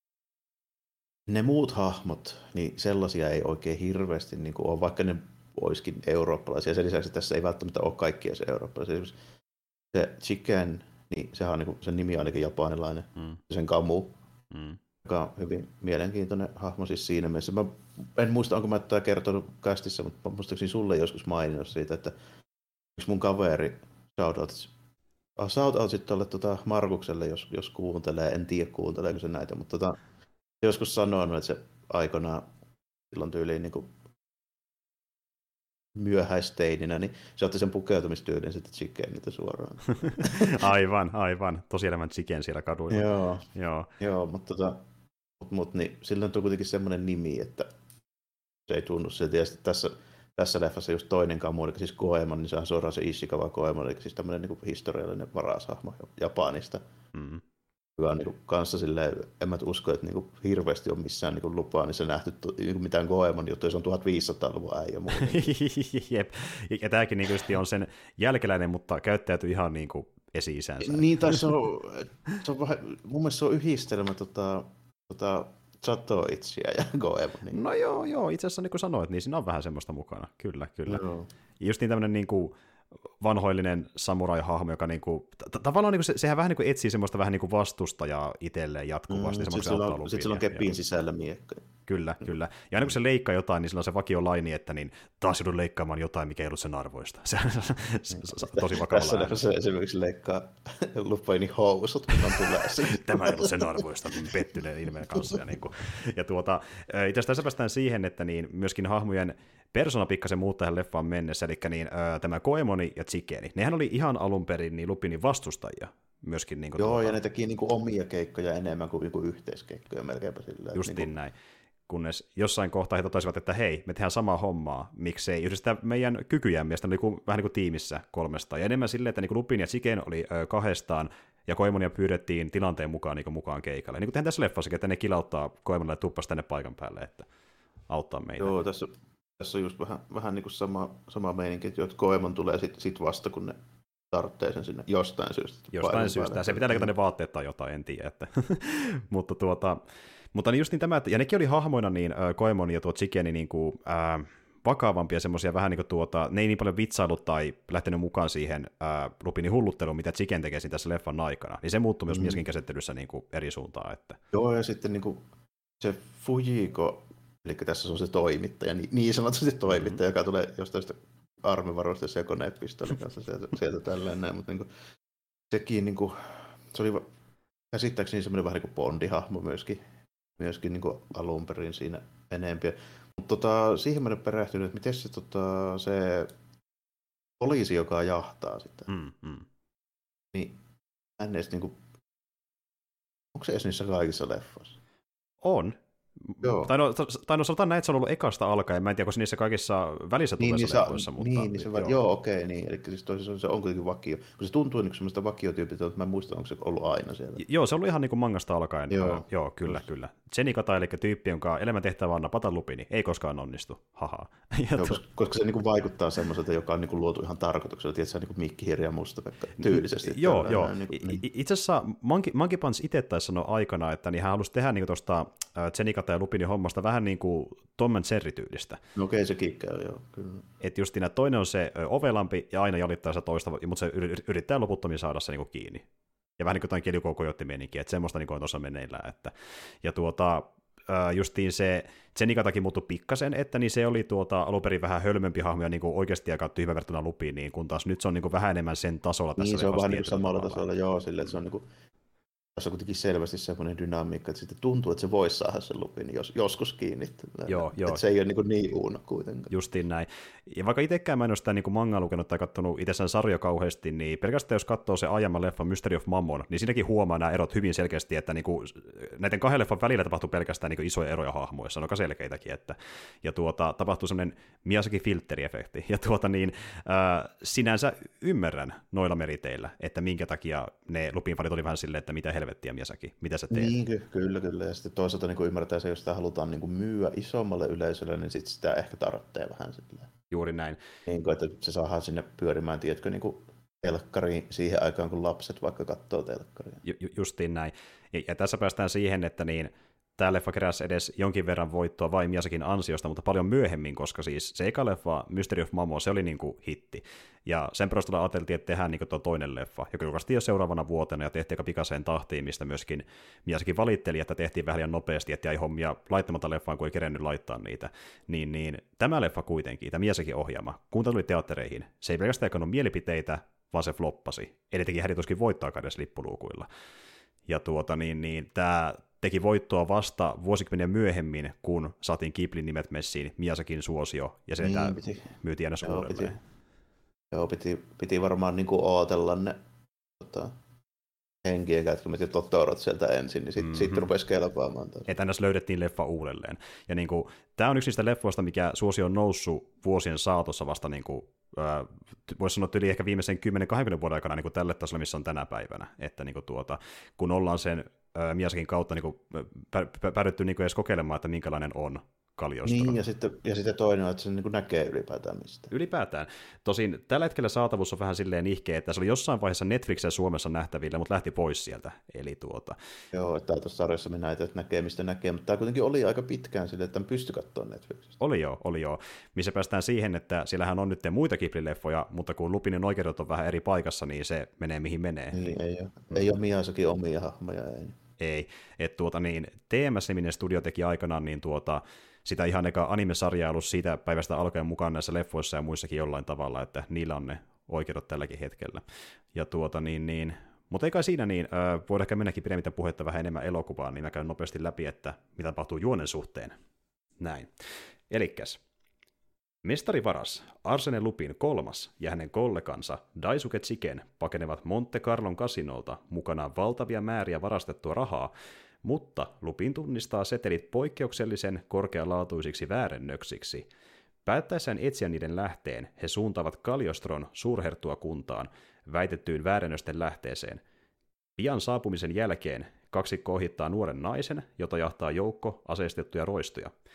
Speaker 2: ne muut hahmot, niin sellaisia ei oikein hirveästi niin kuin ole, vaikka ne olisikin eurooppalaisia. Sen lisäksi tässä ei välttämättä ole kaikkia se eurooppalaisia. Esimerkiksi se Chicken, niin sehän on niin kuin, sen nimi on ainakin japanilainen, mm. sen Kamu, mm. joka on hyvin mielenkiintoinen hahmo siis siinä mielessä. Mä en muista, onko mä tätä kertonut kästissä, mutta muistaakseni sulle joskus maininnut siitä, että yksi mun kaveri, shoutouts, ah, shoutoutit tuolle tuota Markukselle, jos, jos kuuntelee, en tiedä kuunteleeko se näitä, mutta tota, joskus sanonut, että se aikanaan silloin tyyliin niin kuin myöhäisteininä, niin se otti sen pukeutumistyylin sitten Chickeniltä suoraan.
Speaker 1: aivan, aivan. Tosielämän Chicken siellä kaduilla.
Speaker 2: Joo, joo. joo mutta tota, mut, mut, niin, sillä on kuitenkin semmoinen nimi, että se ei tunnu siltä. Ja tässä, tässä leffassa just toinen Kamu, eli siis Goemon, niin se on suoraan se Ishikawa Goemon, eli siis tämmöinen niin kuin historiallinen varashahmo Japanista. Mm. Hyvä niin kuin, kanssa silleen, en mä usko, että niin kuin, hirveästi on missään niin Lupaa, niin se nähty niin mitään Goemon juttuja, se on tuhatviisisataaluvun äijä.
Speaker 1: Jep, ja tämäkin niin on sen jälkeläinen, mutta käyttäytyy ihan niin kuin esi-isänsä.
Speaker 2: Niin, tai se on, se on vähän, mun mielestä se on yhdistelmä tota, tota, Zatoichia ja Goemonia.
Speaker 1: No joo, joo, itse asiassa niin kuin sanoit, niin siinä on vähän semmoista mukana, kyllä, kyllä. No. Ja just niin tämmöinen niin kuin vanhoillinen samurai-hahmo, joka niinku, t- tavallaan niinku se, sehän vähän niinku etsii semmoista vähän niinku vastustajaa itselleen jatkuvasti. Mm,
Speaker 2: sitten sillä on, sit on keppiin ja sisällä miekka.
Speaker 1: Kyllä, mm. kyllä. Ja aina kun se leikkaa jotain, niin sillä on se vakio laini, että niin, taas joudun leikkaamaan jotain, mikä ei ollut sen arvoista. Se on tosi vakavalla äänellä.
Speaker 2: Se esimerkiksi leikkaa Lupinin housut, kun on tulee siitä.
Speaker 1: Tämä ei ollut sen arvoista, pettyneen ilmeen kanssa. Ja, niinku. ja tuota, itse asiassa tässä päästään siihen, että niin myöskin hahmojen persona pikkasen muuttaa tähän leffaan mennessä, eli niin, ää, tämä Goemoni ja Chickeni. Nehän oli ihan alun perin niin Lupinin vastustajia. Myöskin, niin kuin
Speaker 2: Joo,
Speaker 1: tuota...
Speaker 2: ja ne teki niin kuin omia keikkoja enemmän kuin, niin kuin yhteiskeikkoja melkeinpä sillä.
Speaker 1: Justiin
Speaker 2: niin kuin...
Speaker 1: näin. Kunnes jossain kohtaa he totesivat, että hei, me tehdään samaa hommaa, miksei yhdistää meidän kykyjään miestä, oli kuin, vähän niin kuin tiimissä kolmesta. Ja enemmän silleen, että niin kuin Lupin ja Chicken oli ö, kahdestaan, ja Goemonia pyydettiin tilanteen mukaan niin kuin mukaan keikalle. Niin kuin tehdään tässä leffassakin, että ne kilauttaa Goemonille tuppas tänne paikan päälle, että auttaa meitä.
Speaker 2: Joo, tässä tässä on just vähän, vähän niin kuin sama, sama meininki, että Goemon tulee sitten sit vasta, kun ne tarvitsee sen sinne jostain syystä.
Speaker 1: Jostain syystä. Se pitää leikata ne vaatteet tai jotain, en tiedä. Että. mutta tuota, mutta niin just niin tämä, että, ja nekin oli hahmoina niin äh, Goemon ja tuo Chikeni niin kuin, äh, vakavampia semmoisia vähän niin kuin tuota, ne ei niin paljon vitsailut tai lähtenyt mukaan siihen äh, Lupinin hullutteluun, mitä Chiken tekee tässä leffan aikana. Niin se muuttui myös mm. mieskin käsittelyssä niin kuin eri suuntaan. Että.
Speaker 2: Joo, ja sitten niin kuin se Fujiko, eli tässä on se toimittaja, niin, niin sanotusti toimittaja, mm. joka tulee jostain sitä armivarusteessa ja konepistoolin kanssa sieltä, sieltä tälleen näin, mutta niin kuin, sekin niin kuin, se oli käsittääkseni semmoinen vähän niin kuin Bondi-hahmo myöskin, myöskin niin kuin alun perin siinä enempiä. Mutta tota, siihen mä en ole perehtynyt, että miten se, tota, se poliisi, joka jahtaa sitä,
Speaker 1: mm, mm.
Speaker 2: niin hän edes, niin kuin, onko se edes niissä kaikissa leffoissa?
Speaker 1: On.
Speaker 2: Joo.
Speaker 1: Tai, no, tai no sanotaan näin, että se on ollut ekasta alkaen. Mä en tiedä, onko niissä kaikissa välissä
Speaker 2: niin,
Speaker 1: tulleissa
Speaker 2: niin,
Speaker 1: leffoissa. Mutta,
Speaker 2: niin, niin se, joo, joo okei, okay, niin. Eli siis toisaalta se on kuitenkin vakio. Kun se tuntuu niin semmoista vakiotyypiltä, että mä en muista, onko se ollut aina siellä.
Speaker 1: Joo, se on ollut ihan niin kuin mangasta alkaen.
Speaker 2: Joo,
Speaker 1: joo, joo kyllä, Jos. kyllä. Zenikata, eli tyyppi, jonka elämäntehtävä on napata Lupini, ei koskaan onnistu. Haha.
Speaker 2: Joo, koska, koska se niin kuin vaikuttaa semmoiselta, joka on niin kuin luotu ihan tarkoituksella. Tiedätkö, se on niin kuin Mikki Hirja Mustapekka tyylisesti.
Speaker 1: Joo, joo.
Speaker 2: Niin kuin, niin.
Speaker 1: Itse asiassa Monkey, Monkey Punch itse taisi sanoa aikana, että niin hän halusi tehdä niin tuosta Zenikata ja Lupinin hommasta vähän niin kuin Tom and Jerry-tyylistä.
Speaker 2: No okei, okay, se kikkää, joo, kyllä.
Speaker 1: Että just siinä toinen on se ovelampi ja aina jalittaa sitä toista, mutta se yrittää loputtomiin saada se niin kiinni. Ja vähän niin kuin jotain kelikoukojottimieninkiä, että semmoista niin on tuossa meneillään. Että. Ja tuota, justiin se Zenikatakin muuttui pikkasen, että niin se oli tuota, alun perin vähän hölmempi hahmo ja niin kuin oikeasti aika tyhmä verrattuna Lupiin, niin kun taas nyt se on niin kuin vähän enemmän sen tasolla tässä.
Speaker 2: Niin, se on vähän niin samalla tasolla, joo, silleen, että se on niin kuin tässä on kuitenkin selvästi semmoinen dynamiikka, että sitten tuntuu, että se voisi saada sen Lupin jos, joskus kiinni.
Speaker 1: Joo,
Speaker 2: että
Speaker 1: joo.
Speaker 2: se ei ole niin, niin uuno kuitenkaan.
Speaker 1: Justiin näin. Ja vaikka itsekään mä en ole sitä niin mangaa lukenut tai katsonut itsessään sarja kauheasti, niin pelkästään jos katsoo se aiemman leffan Mystery of Mammon, niin siinäkin huomaa nämä erot hyvin selkeästi, että niin kuin, näiden kahden leffan välillä tapahtuu pelkästään niin kuin isoja eroja hahmoissa, on aika selkeitäkin. Että, ja tuota, tapahtuu semmoinen Miyazaki-filtteriefekti. Ja tuota niin, äh, sinänsä ymmärrän noilla meriteillä, että minkä takia ne Lupin falit oli vähän silleen, että mitä helvettiä Miyazaki, mitä sä teet?
Speaker 2: Niin, kyllä, kyllä. Ja sitten toisaalta niin ymmärtää se, jos sitä halutaan niin kuin myyä isommalle yleisölle, niin sitten sitä ehkä tarvitsee vähän silleen.
Speaker 1: Juuri näin.
Speaker 2: Niin kuin, että se saadaan sinne pyörimään, tiedätkö, niin kuin telkkariin siihen aikaan, kun lapset vaikka katsoo telkkaria.
Speaker 1: Ju- justiin näin. Ja, ja tässä päästään siihen, että niin, tämä leffa keräsi edes jonkin verran voittoa vain Miyazakin ansiosta, mutta paljon myöhemmin, koska siis se eka leffa, Mystery of Mammon, se oli niin kuin hitti. Ja sen perusteella ajateltiin, että tehdään niin kuin tuo toinen leffa, joka julkaistiin jo seuraavana vuotena ja tehtiin aika pikaiseen tahtiin, mistä myöskin Miyazaki valitteli, että tehtiin vähän liian nopeasti, että jäi hommia laittamatta leffaan, kun ei kerennyt laittaa niitä. Niin, niin tämä leffa kuitenkin, tämä Miyazakin ohjaama, kun tuli teattereihin, se ei pelkästään jakannut mielipiteitä, vaan se floppasi. Eli teki häri tuskin voittoakaan edes lippuluukuilla. Ja tuota niin, niin tämä teki voittoa vasta vuosikymmenen myöhemmin, kun saatiin Ghiblin nimet messiin, Miyazakin suosio, ja se niin, piti. myytiin aina
Speaker 2: Joo,
Speaker 1: uudelleen.
Speaker 2: Piti. Joo, piti, piti varmaan niin kuin ootella ne tota, henkien kätkymät ja Totorot sieltä ensin, niin sitten mm-hmm. sit rupesi kelpaamaan.
Speaker 1: Että aina löydettiin leffa uudelleen. Ja niin kuin, tämä on yksi niistä leffoista, mikä suosio on noussut vuosien saatossa vasta, niin kuin, äh, voisi sanoa, yli ehkä viimeisen kymmenen kaksikymmentä vuoden aikana niin kuin tälle tasolle, missä on tänä päivänä. Että niin kuin, tuota, kun ollaan sen äh, Miyazakin kautta niin kuin, pä- päädytty niin kuin edes kokeilemaan, että minkälainen on Cagliostro.
Speaker 2: Niin, ja sitten, ja sitten toinen on, että se niin kuin näkee ylipäätään mistä.
Speaker 1: Ylipäätään. Tosin tällä hetkellä saatavuus on vähän silleen ihkeä, että se oli jossain vaiheessa Netflixen Suomessa nähtävillä, mutta lähti pois sieltä. Eli tuota...
Speaker 2: Joo, että tuossa sarjassa me näitä, että näkee mistä näkee, mutta tämä kuitenkin oli aika pitkään silleen, että pysty katsoa Netflixistä.
Speaker 1: Oli joo, oli joo. Missä päästään siihen, että siellähän on nyt muita Ghibli-leffoja, mutta kun Lupinin oikeudet on vähän eri paikassa, niin se menee mihin menee.
Speaker 2: Niin, ei ole. Mm. Ei ole Miyazakin omia hahmoja, ei.
Speaker 1: Ei. Että tuota niin, T M S-niminen studio teki aikanaan niin tuota... sitä ihan eka anime-sarjaa ollut siitä päivästä alkaen mukaan näissä leffoissa ja muissakin jollain tavalla, että niillä on ne oikeudet tälläkin hetkellä. Ja tuota niin, niin mutta ei kai siinä niin, äh, voidaan ehkä mennäkin pidemmittä puhetta vähän enemmän elokuvaan, niin mä käyn nopeasti läpi, että mitä tapahtuu juonen suhteen. Näin. Elikkäs. Mestari Varas, Arsene Lupin kolmas ja hänen kollegansa Daisuke Chiken pakenevat Monte Carlon kasinolta mukanaan valtavia määriä varastettua rahaa, mutta Lupin tunnistaa setelit poikkeuksellisen korkealaatuisiksi väärennöksiksi. Päättäessään etsiä niiden lähteen, he suuntaavat Cagliostron suurherttuakuntaan väitettyyn väärennösten lähteeseen. Pian saapumisen jälkeen kaksikko ohittaa nuoren naisen, jota jahtaa joukko aseistettuja roistoja.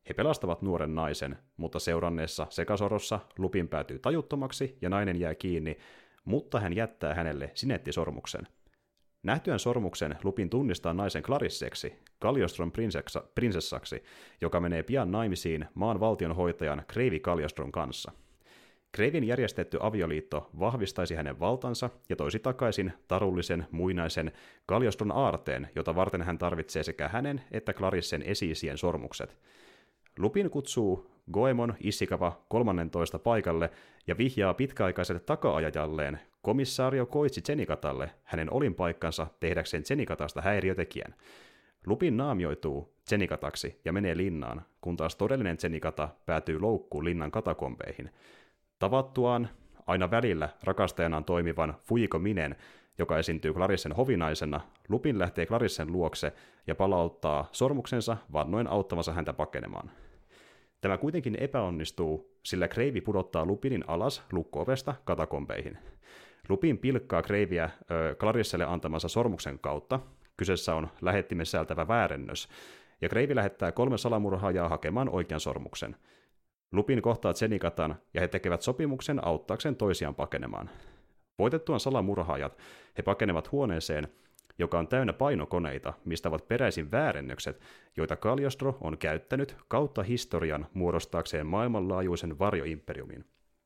Speaker 1: He pelastavat nuoren naisen, mutta seuranneessa sekasorossa Lupin päätyy tajuttomaksi ja nainen jää kiinni, mutta hän jättää hänelle sinettisormuksen. Nähtyään sormuksen Lupin tunnistaa naisen Clarisseksi, Cagliostron prinsessaksi, joka menee pian naimisiin maan valtionhoitajan Kreivi Cagliostron kanssa. Kreivin järjestetty avioliitto vahvistaisi hänen valtansa ja toisi takaisin tarullisen, muinaisen Cagliostron aarteen, jota varten hän tarvitsee sekä hänen että Clarissen esi-isien sormukset. Lupin kutsuu Goemon Ishikawa kolmannentoista paikalle ja vihjaa pitkäaikaiselle taka-ajajalleen komissaario Koichi Zenikatalle hänen olinpaikkansa tehdäkseen Zenikatasta häiriötekijän. Lupin naamioituu Zenikataksi ja menee linnaan, kun taas todellinen Zenikata päätyy loukkuun linnan katakompeihin. Tavattuaan aina välillä rakastajanaan toimivan Fujiko Minen, joka esiintyy Clarissen hovinaisena, Lupin lähtee Clarissen luokse ja palauttaa sormuksensa vannoen auttamassa häntä pakenemaan. Tämä kuitenkin epäonnistuu, sillä Kreivi pudottaa Lupinin alas lukko-ovesta katakompeihin. Lupin pilkkaa Kreiviä ö, Clarisselle antamansa sormuksen kautta. Kyseessä on lähettimen sisältävä väärennös, ja Kreivi lähettää kolme salamurhaajaa hakemaan oikean sormuksen. Lupin kohtaa Zenikatan, ja he tekevät sopimuksen auttaakseen toisiaan pakenemaan. Voitettuaan salamurhaajat, he pakenevat huoneeseen, joka on täynnä painokoneita, mistä ovat peräisin väärennökset, joita Cagliostro on käyttänyt kautta historian muodostaakseen maailmanlaajuisen varjoimperiumin.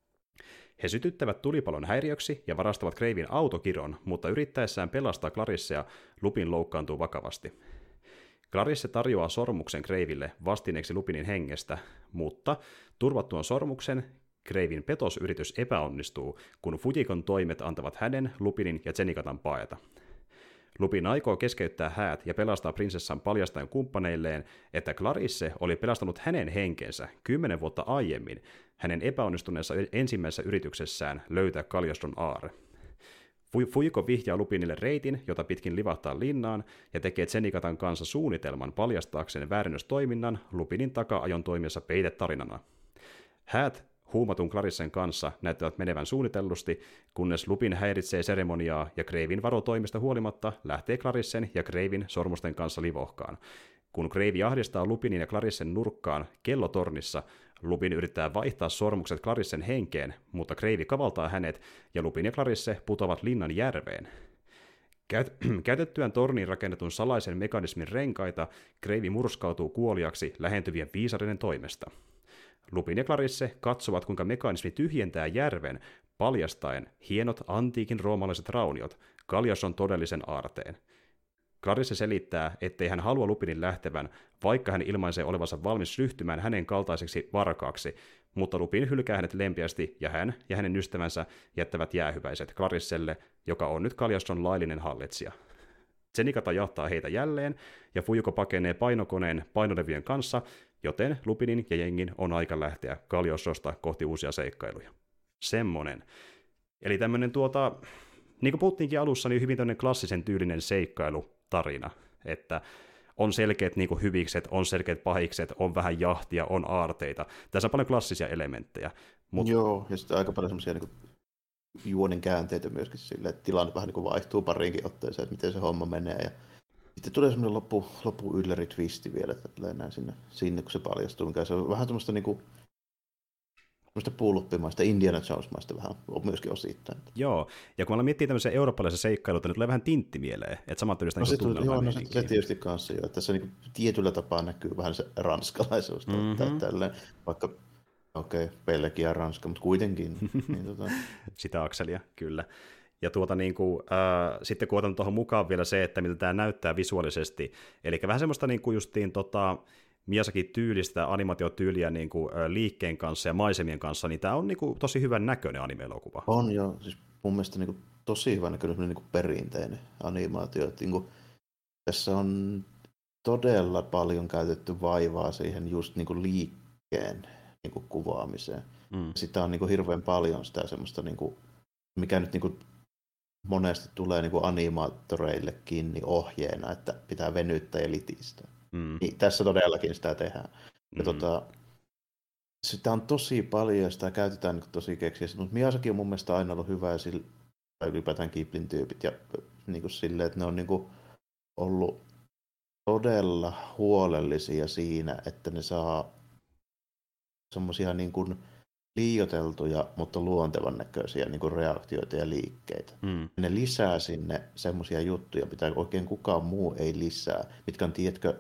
Speaker 1: He sytyttävät tulipalon häiriöksi ja varastavat Kreivin autokiron, mutta yrittäessään pelastaa Clarissea, Lupin loukkaantuu vakavasti. Clarisse tarjoaa sormuksen Kreiville vastineeksi Lupinin hengestä, mutta turvattuaan sormuksen Kreivin petosyritys epäonnistuu, kun Fujikon toimet antavat hänen, Lupinin ja Zenikatan paeta. Lupin aikoo keskeyttää häät ja pelastaa prinsessan paljastaen kumppaneilleen, että Clarisse oli pelastanut hänen henkensä kymmenen vuotta aiemmin hänen epäonnistuneessa ensimmäisessä yrityksessään löytää Cagliostron aarre. Fujiko vihjaa Lupinille reitin, jota pitkin livahtaa linnaan, ja tekee Zenikatan kanssa suunnitelman paljastaakseen väärennöstoiminnan Lupinin taka-ajon toimiessa peitetarinana. Häät huumatun Clarissen kanssa näyttävät menevän suunnitellusti, kunnes Lupin häiritsee seremoniaa ja Kreivin varotoimista huolimatta lähtee Clarissen ja Kreivin sormusten kanssa livohkaan. Kun Kreivi ahdistaa Lupinin ja Clarissen nurkkaan kellotornissa, Lupin yrittää vaihtaa sormukset Clarissen henkeen, mutta Kreivi kavaltaa hänet ja Lupin ja Clarisse putoavat linnan järveen. Käytettyään torniin rakennetun salaisen mekanismin renkaita, Kreivi murskautuu kuoliaksi lähentyvien viisareiden toimesta. Lupin ja Clarisse katsovat, kuinka mekanismi tyhjentää järven, paljastaen hienot antiikin roomalaiset rauniot, Cagliostron todellisen aarteen. Clarisse selittää, ettei hän halua Lupinin lähtevän, vaikka hän ilmaisee olevansa valmis ryhtymään hänen kaltaiseksi varkaaksi, mutta Lupin hylkää hänet lempeästi ja hän ja hänen ystävänsä jättävät jäähyväiset Clarisselle, joka on nyt Cagliostron laillinen hallitsija. Zenikata jahtaa heitä jälleen, ja Fujiko pakenee painokoneen painolevyjen kanssa, joten Lupinin ja jengin on aika lähteä Cagliostrosta kohti uusia seikkailuja. Semmonen. Eli tämmönen tuota, niin kuin puhuttiinkin alussa, niin hyvin tämmöinen klassisen tyylinen seikkailutarina, että on selkeät niin kuin hyvikset, on selkeät pahikset, on vähän jahtia, on aarteita. Tässä on paljon klassisia elementtejä.
Speaker 2: Mut... Joo, ja sitten aika paljon semmoisia niin juonen käänteitä myöskin silleen, että tilanne vähän niin kuin vaihtuu pariinkin otteeseen, että miten se homma menee. Ja sitten tulee semmoinen loppu, loppu ylläri twisti vielä, että tulee näin sinne, sinne, kun se paljastuu. Mikä se on vähän semmoista niin kuin semmoista puuluppimaista, Indiana Jones-maista vähän on myöskin osittain.
Speaker 1: Joo, ja kun mä miettii tämmöisiä eurooppalaisia seikkailuita, niin tulee vähän tintti mieleen, että saman tyylistä
Speaker 2: no,
Speaker 1: niin tunnelmaa.
Speaker 2: Joo, no, se, se tietysti kanssa jo, että tässä niin tietyllä tapaa näkyy vähän se ranskalaisuus, mm-hmm. tälleen, vaikka okei, okay, Belgia ja Ranska, mutta kuitenkin. niin, tota...
Speaker 1: Sitä akselia, kyllä. Ja tuota, niin kuin, äh, sitten kun otan tuohon mukaan vielä se, että miltä tämä näyttää visuaalisesti, eli vähän semmoista niin kuin justiin tota, Miyazaki-tyylistä animaatiotyyliä niin kuin, äh, liikkeen kanssa ja maisemien kanssa, niin tämä on niin kuin, tosi hyvän näköinen anime-elokuva.
Speaker 2: On jo, siis mun mielestä niin kuin, tosi hyvän näköinen niin kuin perinteinen animaatio. Että, niin kuin, tässä on todella paljon käytetty vaivaa siihen just niin kuin liikkeen niin kuin, kuvaamiseen. Mm. Sitä on niin kuin, hirveän paljon sitä semmoista, niin kuin, mikä nyt niin kuin, monesti tulee niin kuin animaattoreillekin niin ohjeena, että pitää venyttää ja litistä. Mm. Niin, tässä todellakin sitä tehdään. Ja, mm. tota, sitä on tosi paljon ja sitä käytetään niin kuin, tosi keksiästi, mutta Miyazaki on mun mielestä aina ollut hyvä ja sillä, ylipäätään Ghiblin tyypit ja niin kuin silleen, että ne on niin kuin, ollut todella huolellisia siinä, että ne saa semmoisia niin kuin liioiteltuja, mutta luontevan näköisiä niin kuin reaktioita ja liikkeitä.
Speaker 1: Mm.
Speaker 2: Ne lisää sinne semmoisia juttuja, mitä oikein kukaan muu ei lisää, mitkä on, tiedätkö,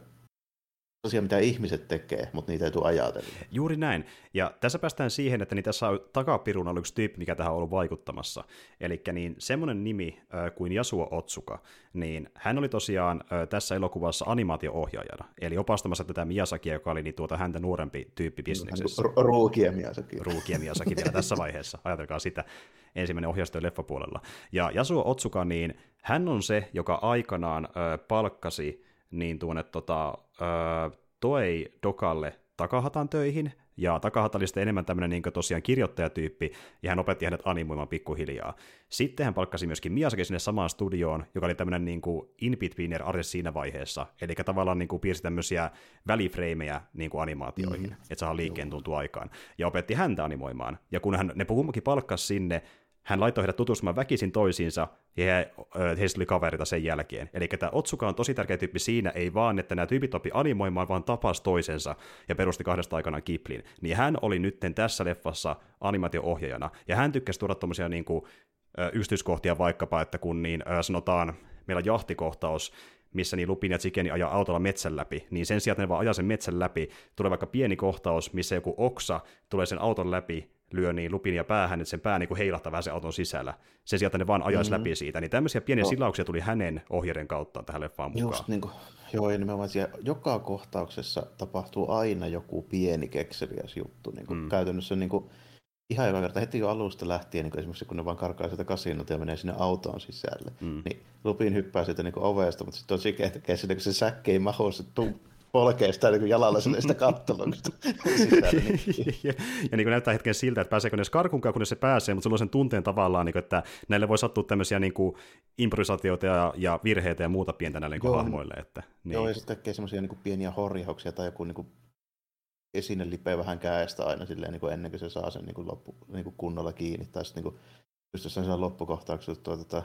Speaker 2: asia, mitä ihmiset tekee, mutta niitä ei tule ajatella.
Speaker 1: Juuri näin. Ja tässä päästään siihen, että niin tässä on takapiruna ollut yksi tyyppi, mikä tähän on ollut vaikuttamassa. Eli niin semmoinen nimi äh, kuin Yasuo Otsuka, niin hän oli tosiaan äh, tässä elokuvassa animaatio-ohjaajana, eli opastamassa tätä Miyazakia, joka oli niin tuota häntä nuorempi tyyppi bisneksessä.
Speaker 2: R- Ruukia Miyazaki.
Speaker 1: Ruukia Miyazaki vielä tässä vaiheessa, ajatelkaa sitä, ensimmäinen ohjaustyö leffapuolella. Ja Yasuo Otsuka, niin hän on se, joka aikanaan äh, palkkasi niin tuonne tota, äh, Toei Dokalle Takahatan töihin, ja Takahata oli sitten enemmän tämmöinen niin tosiaan kirjoittajatyyppi, ja hän opetti hänet animoimaan pikkuhiljaa. Sitten hän palkkasi myöskin Miyazaki sinne samaan studioon, joka oli tämmöinen niin in-betweener artist siinä vaiheessa, eli tavallaan niin kuin piirsi tämmöisiä välifreimejä niin kuin animaatioihin, mm-hmm. että saadaan liikkeen tuntua aikaan, ja opetti häntä animoimaan. Ja kun hän, ne kummankin palkkasi sinne, hän laittoi heidät tutustumaan väkisin toisiinsa, ja he, heistä tuli kaverita sen jälkeen. Eli tämä Otsuka on tosi tärkeä tyyppi siinä, ei vaan, että nämä tyypit oppi animoimaan, vaan tapas toisensa, ja perusti kahdesta aikanaan Ghiblin. Niin hän oli nytten tässä leffassa animaatio-ohjaajana, ja hän tykkäsi tuoda tuommoisia niin kuin, yksityiskohtia vaikkapa, että kun niin, sanotaan, meillä on jahtikohtaus, missä niin Lupin ja Chikeni ajaa autolla metsän läpi, niin sen sijaan, että ne vaan ajaa sen metsän läpi, tulee vaikka pieni kohtaus, missä joku oksa tulee sen auton läpi, lyö niin Lupinia päähän, että sen pää niin kuin heilahtaa vähän sen auton sisällä. Sen sijaan, että ne vaan ajaisi mm-hmm. läpi siitä. Niin tämmöisiä pieniä no. silauksia tuli hänen ohjeiden kautta tähän leffaan mukaan.
Speaker 2: Just niin kuin, joo, ja nimenomaan siellä joka kohtauksessa tapahtuu aina joku pieni kekseliäs juttu. Niin kuin mm. Käytännössä niin kuin, ihan joka kerta heti jo alusta lähtien, niin kuin esimerkiksi kun ne vaan karkaa sieltä kasinolta ja menee sinne autoon sisälle, mm. niin Lupin hyppää siitä niin kuin ovesta, mutta sitten on Chiken tekee sinne, kun se säkki ei mahu, se tuu polkee sitä niin jalalla sitä kattelusta sisällä.
Speaker 1: ja, ja niin kuin näyttää hetken siltä, että pääseekö ne edes karkunkaan, kun se pääsee, mutta silloin sen tunteen tavallaan, niin kuin, että näille voi sattua tämmöisiä niin kuin improvisaatioita ja, ja virheitä ja muuta pientä näille niin hahmoille. Että, niin.
Speaker 2: Joo, ja sitten tekee semmoisia niin pieniä horjauksia tai joku niin kuin esine lipee vähän käestä aina silleen, niin kuin ennen kuin se saa sen niin kuin loppu, niin kuin kunnolla kiinni. Tai sitten niin just jossain siellä loppukohtauksessa tuo tota,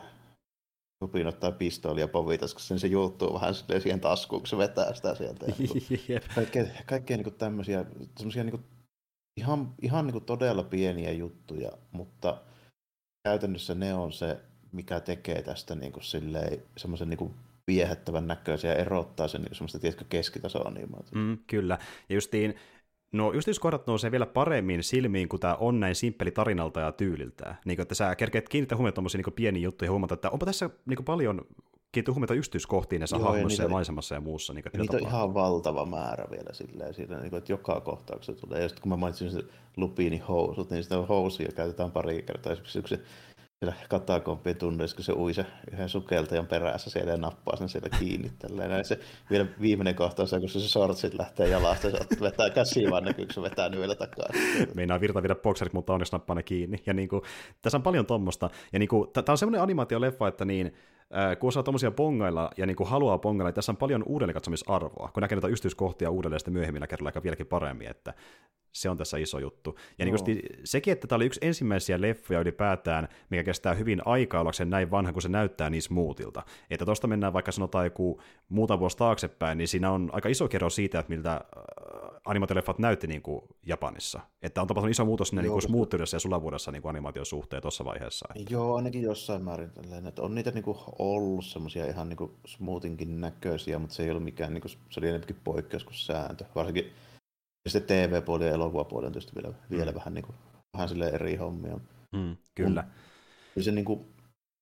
Speaker 2: Lupin ottaa pistoolia ja povitas, koska sen se juuttuu vähän siihen taskuun, kun se vetää sitä sieltä. Niin kaikkea kaikkea niin tämmöisiä semmoisia niin ihan, ihan niin todella pieniä juttuja, mutta käytännössä ne on se, mikä tekee tästä niin semmoisen niin viehättävän näköisen ja erottaa sen niin semmoista, tiedätkö, keskitaso-animaatiota.
Speaker 1: Mm, kyllä. Ja justiin no yksityiskohdat nousee vielä paremmin silmiin, kun tämä on näin simppeli tarinalta ja tyyliltään. Niin, että sä kerkeet kiinnittää huomiota tuommoisiin niin pieniä juttuja ja huomata, että onpa tässä niin paljon kiinnittää huomiota yksityiskohtiin näissä Joo, hahmoissa ja, ja maisemassa ja muussa. Niin,
Speaker 2: ja niitä on ihan valtava määrä vielä silleen, silleen niin kuin, että joka kohtauksessa tulee. Ja sitten kun mä mainitsin se Lupinin housut, niin sitä housuja käytetään pari kertaa. Esimerkiksi yksi siellä katakompien tunnelissa, kun se ui se yhden sukeltajan perässä siellä ja nappaa sen siellä kiinni. Tälleen. Se vielä viimeinen kohtaus on, kun se sortsit lähtee jalasta, se vetää käsiä vaan näkyy, kun se vetää nyöllä takaa.
Speaker 1: Meinaa virta viedä bokserit, mutta onneksi nappaa ne kiinni. Ja niin kuin, tässä on paljon tommosta. Ja niin kuin, tämä on semmoinen animaatioleffa, että niin, äh, kun osaa tommosia bongailla ja niin kuin haluaa bongailla, niin tässä on paljon uudelleen katsomisarvoa. Kun näkee näitä yksityiskohtia uudelleen sitten myöhemmillä kerralla aika vieläkin paremmin, että se on tässä iso juttu. Ja no. niin sekin, että tämä oli yksi ensimmäisiä leffoja ylipäätään, mikä kestää hyvin aikaa ollakseen näin vanha, kun se näyttää niin smoothilta. Että tuosta mennään vaikka sanotaan joku muutama vuosi taaksepäin, niin siinä on aika iso kerro siitä, että miltä animaatioleffat näytti niin kuin Japanissa. Että on tapahtunut iso muutos siinä niin smoothidessa ja sulavuudessa niin animaation suhteen tuossa vaiheessa. Että.
Speaker 2: Joo, ainakin jossain määrin tällainen. Että on niitä niin kuin ollut semmoisia ihan niin kuin smoothinkin näköisiä, mutta se ei ollut mikään, niin kuin, se oli enemmänkin poikkeus kuin sääntö. Varsinkin ja sitten T V-puoli ja elokuvapuoli on tietysti vielä, mm. vielä vähän, niin kuin, vähän eri hommia.
Speaker 1: Mm, kyllä.
Speaker 2: Mm. Se, niin kuin,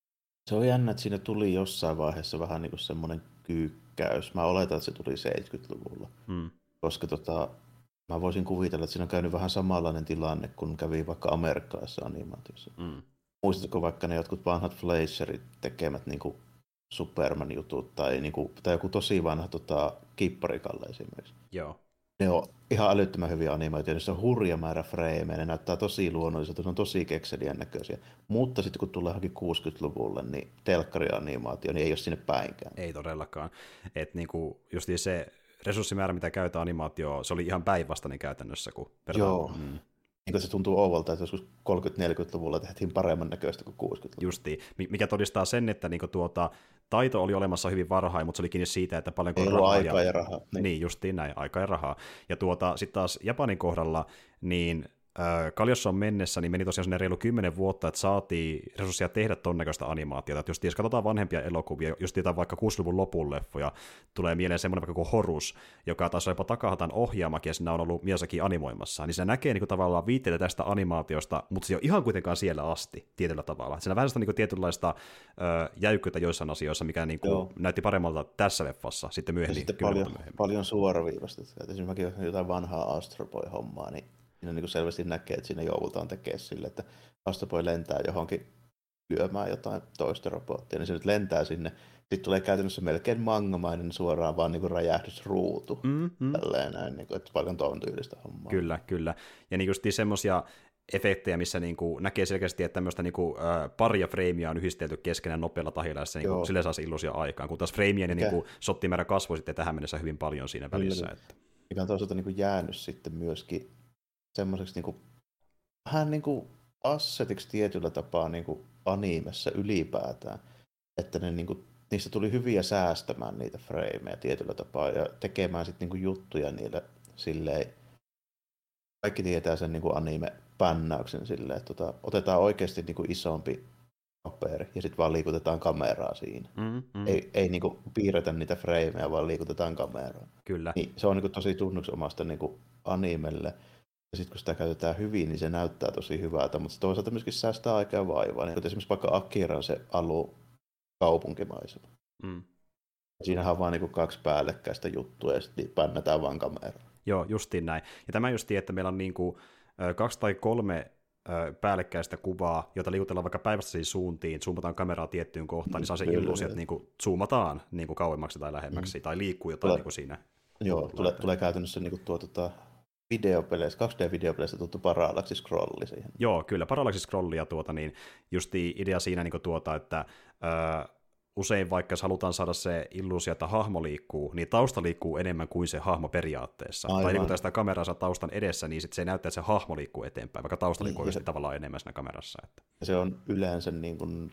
Speaker 2: se on jännä, että siinä tuli jossain vaiheessa vähän niin kuin semmoinen kyykkäys. Mä oletan, että se tuli seitsemänkymmentäluvulla. Mm. Koska tota, mä voisin kuvitella, että siinä on käynyt vähän samanlainen tilanne, kun kävi vaikka amerikkalaisessa animaatiossa. Mm. Muistatko vaikka ne jotkut vanhat Fleischerit tekemät niin kuin Superman-jutut tai, niin kuin, tai joku tosi vanha tota, Kipparikalle esimerkiksi?
Speaker 1: Joo.
Speaker 2: Ne on ihan älyttömän hyviä animaatioita, niissä on hurja määrä freimejä, ne näyttää tosi luonnolliselta, ne on tosi kekseliän näköisiä. Mutta sitten kun tullaan johonkin kuusikymmentäluvulle, niin telkkarianimaatio niin ei ole sinne päinkään.
Speaker 1: Ei todellakaan. Että niinku, just se resurssimäärä, mitä käytetään animaatioon, se oli ihan päinvastainen käytännössä kuin
Speaker 2: Joo. Mm. niin se tuntuu ouvolta, että joskus kolmekymmentä-neljäkymmentäluvulla tehtiin paremman näköistä kuin kuusikymmentäluvulla.
Speaker 1: Justiin, mikä todistaa sen, että niinku tuota, taito oli olemassa hyvin varhain, mutta se oli kiinni siitä, että paljonko
Speaker 2: ei
Speaker 1: rahaa.
Speaker 2: aikaa
Speaker 1: ja,
Speaker 2: ja rahaa.
Speaker 1: Niin. niin, justiin näin, aikaa ja rahaa. Ja tuota, sitten taas Japanin kohdalla, niin Kaljossoon mennessä niin meni tosiaan sinne reilu kymmenen vuotta, että saatiin resursseja tehdä ton näköistä animaatiota. Että jos katsotaan vanhempia elokuvia, jos jotain vaikka kuusikymmentäluvun lopun leffoja, tulee mieleen semmoinen vaikka kuin Horus, joka taas on jopa Takahatan ohjaamakin, ja siinä on ollut Miyazaki animoimassa. Niin se näkee niin kuin, tavallaan viitteitä tästä animaatiosta, mutta se ei ole ihan kuitenkaan siellä asti tietyllä tavalla. Siinä on vähän sitä niin kuin, tietynlaista ö, jäykkyyttä joissain asioissa, mikä niin kuin, näytti paremmalta tässä leffassa sitten myöhemmin.
Speaker 2: Ja sitten paljon, paljon suoraviivasta. Esimerkiksi mäkin jotain vanhaa Astro Boy-hommaa, niin siinä niin selvästi näkee, että siinä joudutaan tekemään sille, että Astro Boy lentää johonkin lyömään jotain toista robottia, niin se nyt lentää sinne. Sitten tulee käytännössä melkein mangamainen suoraan vaan niin räjähdysruutu. Mm, mm. Tälleen näin, niin kuin, että paljon tuon tyylistä hommaa.
Speaker 1: Kyllä, kyllä. Ja niin just semmoisia efektejä, missä niin kuin näkee selkeästi, että tämmöistä niin kuin, äh, paria freimiä on yhdistelty keskenään nopealla tahilla, ja se niin kuin, sille saa illuusio aikaan, kun taas freimien ja niin kuin, shottimäärä kasvoi sitten tähän mennessä hyvin paljon siinä välissä.
Speaker 2: Kyllä.
Speaker 1: Että...
Speaker 2: Mikä on toisaalta niin kuin jäänyt sitten myöskin semmoiseksi niin kuin, vähän niin kuin assetiksi tietyllä tapaa niin kuin animessa ylipäätään, että ne, niin kuin, niistä tuli hyviä säästämään niitä frameja tietyllä tapaa ja tekemään sitten niin kuin juttuja niille silleen, kaikki tietää sen niin kuin anime-pännäyksen silleen, että tota, otetaan oikeasti niin kuin isompi paperi ja sitten vaan liikutetaan kameraa siinä. Mm, mm. Ei, ei niin kuin piirretä niitä frameja, vaan liikutetaan kameraa.
Speaker 1: Kyllä.
Speaker 2: Niin, se on niin kuin tosi tunnuksomasta niin kuin animelle. Ja sitten kun sitä käytetään hyvin, niin se näyttää tosi hyvältä, mutta se toisaalta myöskin säästää aikaa ja vaivaa. Niin, esimerkiksi vaikka Akiran se alu kaupunkimaisema. Mm. Siinähän on vaan niin kuin kaksi päällekkäistä juttua ja sitten pännätään vaan kameraa.
Speaker 1: Joo, justiin näin. Ja tämä justiin, että meillä on niin kuin kaksi tai kolme päällekkäistä kuvaa, jota liikutellaan vaikka päivästä suuntiin, zoomataan kameraa tiettyyn kohtaan, niin saa se illuusio, että niin kuin zoomataan niin kuin kauemmaksi tai lähemmäksi, mm. tai liikkuu jotain tule, niin kuin siinä.
Speaker 2: Joo, tulee, tulee käytännössä niin kuin tuo tuota, videopeleissä, kaksi D-videopeleissä tuttu parallaksi-scrolli siihen.
Speaker 1: Joo, kyllä, parallaksi-scrolli ja tuota, niin justi idea siinä niin kuin tuota, että ää, usein vaikka jos halutaan saada se illuusio, että hahmo liikkuu, niin tausta liikkuu enemmän kuin se hahmo periaatteessa. Aivan. Tai niin kun sitä kameraa saa taustan edessä, niin sit se näyttää, että se hahmo liikkuu eteenpäin, vaikka tausta liikkuu niin, se... tavallaan enemmän siinä kamerassa. Että.
Speaker 2: Se on yleensä niin kuin,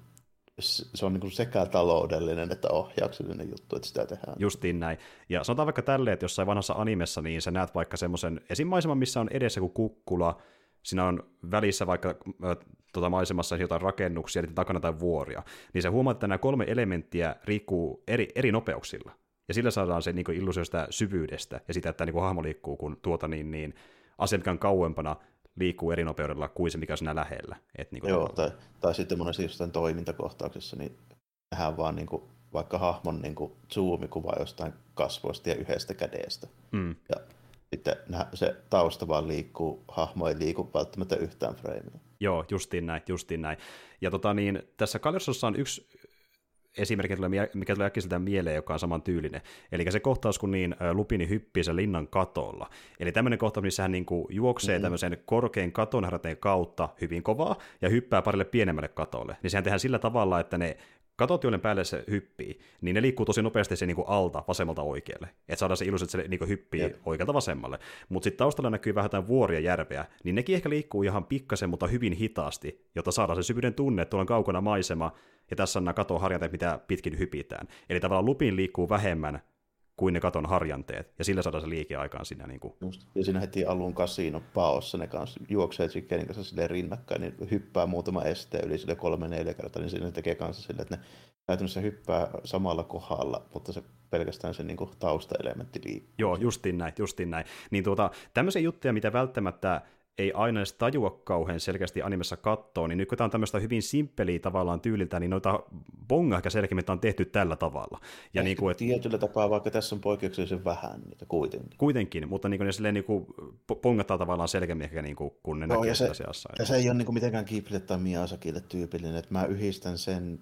Speaker 2: se on niin kuin sekä taloudellinen että ohjauksellinen juttu, että sitä tehdään.
Speaker 1: Justiin näin. Ja sanotaan vaikka tälleen, että jossain vanhassa animessa, niin sä näet vaikka semmoisen esimaiseman, missä on edessä kuin kukkula, siinä on välissä vaikka äh, tota maisemassa jotain rakennuksia, eli takana tai vuoria, niin sä huomaat, että nämä kolme elementtiä liikkuu eri, eri nopeuksilla. Ja sillä saadaan se niin illuusio sitä syvyydestä ja sitä, että niin hahmo liikkuu, kun tuota niin, niin asia, mikä on kauempana, liikkuu eri nopeudella kuin se, mikä on siinä lähellä. Et, niin
Speaker 2: Joo, tai, tai sitten monesti jostain toimintakohtauksessa, niin nähdään vaan niin kuin, vaikka hahmon niin kuin zoomikuva jostain kasvoista ja yhdestä kädestä. Mm. Ja sitten se tausta vaan liikkuu, hahmo ei liiku välttämättä yhtään freimiä.
Speaker 1: Joo, justiin näin, justiin näin. Ja tota niin, tässä Kaljossossa on yksi esimerkki, mikä tulee äkkiseltä mieleen, joka on saman tyylinen. Eli se kohtaus, kun niin Lupini hyppii sen linnan katolla. Eli tämmöinen kohtaus, missä hän niin kuin juoksee mm-hmm. tämmöisen korkean katonharteen kautta hyvin kovaa ja hyppää parille pienemmälle katolle. Niin sehän tehdään sillä tavalla, että ne katot, joiden päälle se hyppii, niin ne liikkuu tosi nopeasti se niinku alta vasemmalta oikealle. Että saadaan se illuusio, että se niinku hyppii Jep. oikealta vasemmalle. Mutta sitten taustalla näkyy vähän jotain vuoria järveä, niin nekin ehkä liikkuu ihan pikkasen, mutta hyvin hitaasti, jotta saadaan se syvyyden tunne, että tuolla on kaukana maisema, ja tässä on nämä katon harjanteet, mitä pitkin hypitään. Eli tavallaan Lupin liikkuu vähemmän kuin ne katon harjanteet, ja sillä saadaan se liike aikaan siinä. Niin kuin.
Speaker 2: Just. Ja siinä heti alun kasino paossa ne kanssa juoksee Chickenin kanssa silleen rinnakkain, niin hyppää muutama esteen yli sille kolme neljä kertaa, niin siinä tekee kanssa silleen, että ne käytännössä hyppää samalla kohdalla, mutta se pelkästään se niin kuin taustaelementti liikkuu.
Speaker 1: Joo, justiin näin, justiin näin. Niin tuota, tämmöisiä juttuja, mitä välttämättä ei aina edes tajua kauhean selkeästi animessa kattoo, niin nyt kun tämä on tämmöistä hyvin simppeliä tavallaan tyyliltä, niin noita bonga ehkä selkeämmin on tehty tällä tavalla. Ja niin kuin, et...
Speaker 2: Tietyllä tapaa, vaikka tässä on poikkeuksellisen vähän niitä kuitenkin.
Speaker 1: Kuitenkin, mutta niin kuin ne silleen niin kuin bongataan tavallaan selkeämmin ehkä niin kuin, kun ne no, näkee sitä seassa.
Speaker 2: Ja se ei ole niin kuin mitenkään Ghiblille tai Miyazakille tyypillinen, että mä yhdistän sen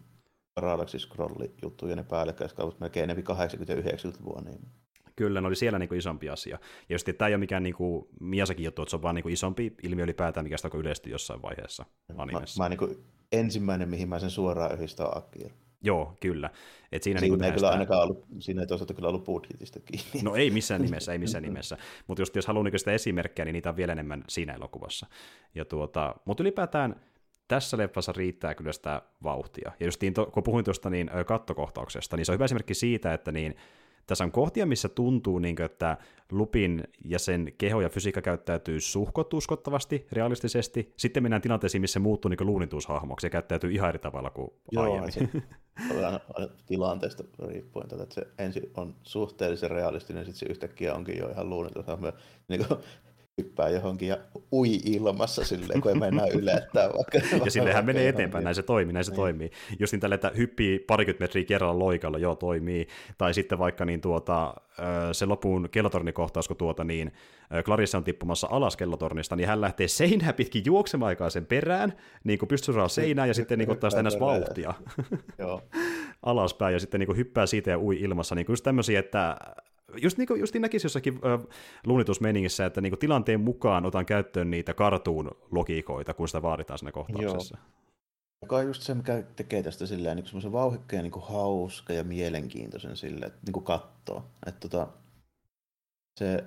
Speaker 2: Parallaxi-scrolli-juttuja ne päällekkäiskaupat melkein enemmän kahdeksankymmentä-yhdeksänkymmentäluvua. Niin.
Speaker 1: Kyllä, ne oli siellä niin kuin isompi asia. Ja just, tämä ei ole mikään niin kuin Miyazakin juttu, että se on vaan niin kuin isompi ilmiö ylipäätään, mikä sitä on yleisesti jossain vaiheessa animessa.
Speaker 2: Mä, mä niin kuin ensimmäinen, mihin mä sen suoraan yhdistän, on Akira.
Speaker 1: Joo, kyllä. Et siinä,
Speaker 2: siinä
Speaker 1: niin
Speaker 2: ei kyllä
Speaker 1: sitä...
Speaker 2: ainakaan ollut, siinä ei toisaalta kyllä ollut budjetista kiinni.
Speaker 1: No ei missään nimessä, ei missään nimessä. Mutta just jos haluaa niin sitä esimerkkejä, niin niitä on vielä enemmän siinä elokuvassa. Ja tuota, mutta ylipäätään tässä leffassa riittää kyllä sitä vauhtia. Ja just to, kun puhuin tuosta niin, kattokohtauksesta, niin se on hyvä esimerkki siitä, että niin, tässä on kohtia, missä tuntuu, niin kuin, että Lupin ja sen keho ja fysiikka käyttäytyy suhkot uskottavasti, realistisesti. Sitten mennään tilanteisiin, missä se muuttuu niin luunintuushahmoksi ja käyttäytyy ihan eri tavalla kuin
Speaker 2: Joo,
Speaker 1: aiemmin.
Speaker 2: Se on aina tilanteesta riippuen, että se ensin on suhteellisen realistinen, sitten se yhtäkkiä onkin jo ihan luunintuushahmo. Niin kuin hyppää johonkin ja ui ilmassa silleen, kun ei mennä ylettää. Vaikka,
Speaker 1: ja sillehän menee eteenpäin, näin se toimii, näin se niin. toimii. Just niin tällä, että hyppii parikymmentä metriä kerralla loikalla, joo, toimii. Tai sitten vaikka niin tuota, se lopun kellotornikohtaus, kun tuota, niin Clarissa on tippumassa alas kellotornista, niin hän lähtee seinää pitkin juoksemaan aikaa sen perään, niin kuin pystyy saamaan seinään ja sitten niin ottaa sitä ennäs vauhtia alaspäin ja sitten niin hyppää siitä ja ui ilmassa. Niin just tämmöisiä, että Just, niin kuin, just näkisi jossakin äh, luunitusmeningissä, että niin kuin tilanteen mukaan otan käyttöön niitä cartoon-logiikoita, kun sitä vaaditaan siinä kohtauksessa.
Speaker 2: Joo. Joka on just se, mikä tekee tästä silleen, niin semmoisen vauhdikkeen niin hauska ja mielenkiintoisen silleen, että niin katsoo. Että tota, se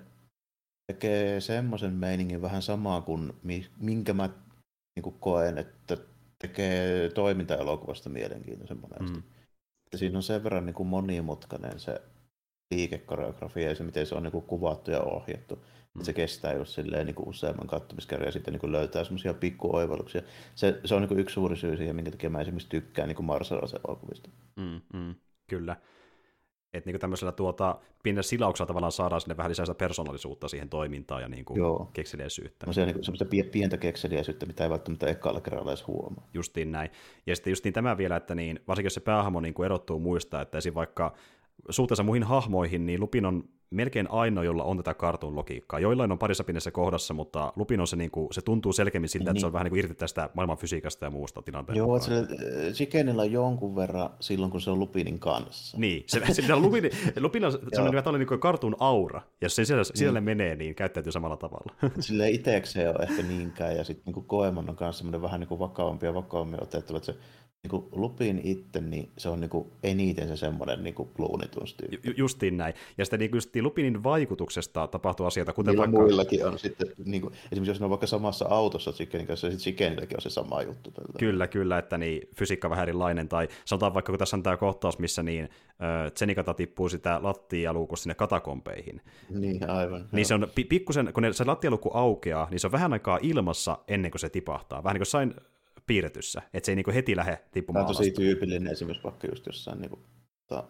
Speaker 2: tekee semmoisen meiningin vähän samaa kuin minkä mä niin kuin koen, että tekee toimintaelokuvasta mielenkiintoisen monesti. Mm. Siinä on sen verran niin kuin monimutkainen se liikekoreografia ja se, miten se on niin kuin kuvattu ja ohjattu. Mm. Se kestää just silleen niin kuin useamman kattomiskerran ja sitten niin kuin löytää semmoisia pikkuoivalluksia. Se, se on niin kuin yksi suuri syy siihen, minkä takia mä esimerkiksi tykkään niin Marcelasen elokuvista.
Speaker 1: Mm, mm, kyllä. Että niin tämmöisellä tuota, pienellä silauksella tavallaan saadaan sinne vähän lisää sitä persoonallisuutta siihen toimintaan ja niin kuin kekseliäisyyttä.
Speaker 2: No se on niin semmoista pientä kekseliäisyyttä, mitä ei välttämättä ekalla kerralla edes huomaa.
Speaker 1: Justiin näin. Ja sitten justiin tämä vielä, että niin, varsinkin jos se päähahmo niin kuin erottuu muista, että esim. Vaikka suhteessa muihin hahmoihin, niin Lupin on melkein ainoa, jolla on tätä cartoon-logiikkaa. Joillain on parissa pienessä kohdassa, mutta Lupin on se, niin kuin, se tuntuu selkeämmin siltä, niin. Että se on vähän niin kuin irti tästä maailman fysiikasta ja muusta tilanteen.
Speaker 2: Joo, että Chikenillä on jonkun verran silloin, kun se on Lupinin kanssa.
Speaker 1: Niin, se, se Lupin, Lupin on sellainen niin kuin cartoon-aura, ja jos se sisälle, sisälle niin. menee, niin käyttäytyy samalla tavalla.
Speaker 2: Silleen itsekseen on ehkä niinkään, ja sitten niin Koemon on kanssa semmoinen vähän niin kuin vakavampi ja vakavammin otettava, että se niin Lupin itse, niin se on niin kuin eniten se semmoinen niin luunitustyyppi.
Speaker 1: Ju- justiin näin. Ja sitten niin justiin Lupinin vaikutuksesta tapahtuu asioita, kuten
Speaker 2: niillä
Speaker 1: vaikka...
Speaker 2: muillakin on sitten, niin kuin, esimerkiksi jos ne on vaikka samassa autossa Chikenin kanssa, sitten Chikenilläkin on se sama juttu. Tältä.
Speaker 1: Kyllä, kyllä, että niin, fysiikka on vähän erilainen. Tai sanotaan vaikka, kun tässä on tämä kohtaus, missä niin, äh, Zenikata tippuu sitä lattialuukusta sinne katakompeihin.
Speaker 2: Niin, aivan.
Speaker 1: Niin joo. Se on pi- pikkusen, kun se lattialuku aukeaa, niin se on vähän aikaa ilmassa ennen kuin se tipahtaa. Vähän niin kuin sain piirretyssä, että se ei niin heti lähde tippumaan
Speaker 2: alas. Tämä on tosi tyypillinen esimerkiksi vaikka just jossain niin kuin, ta,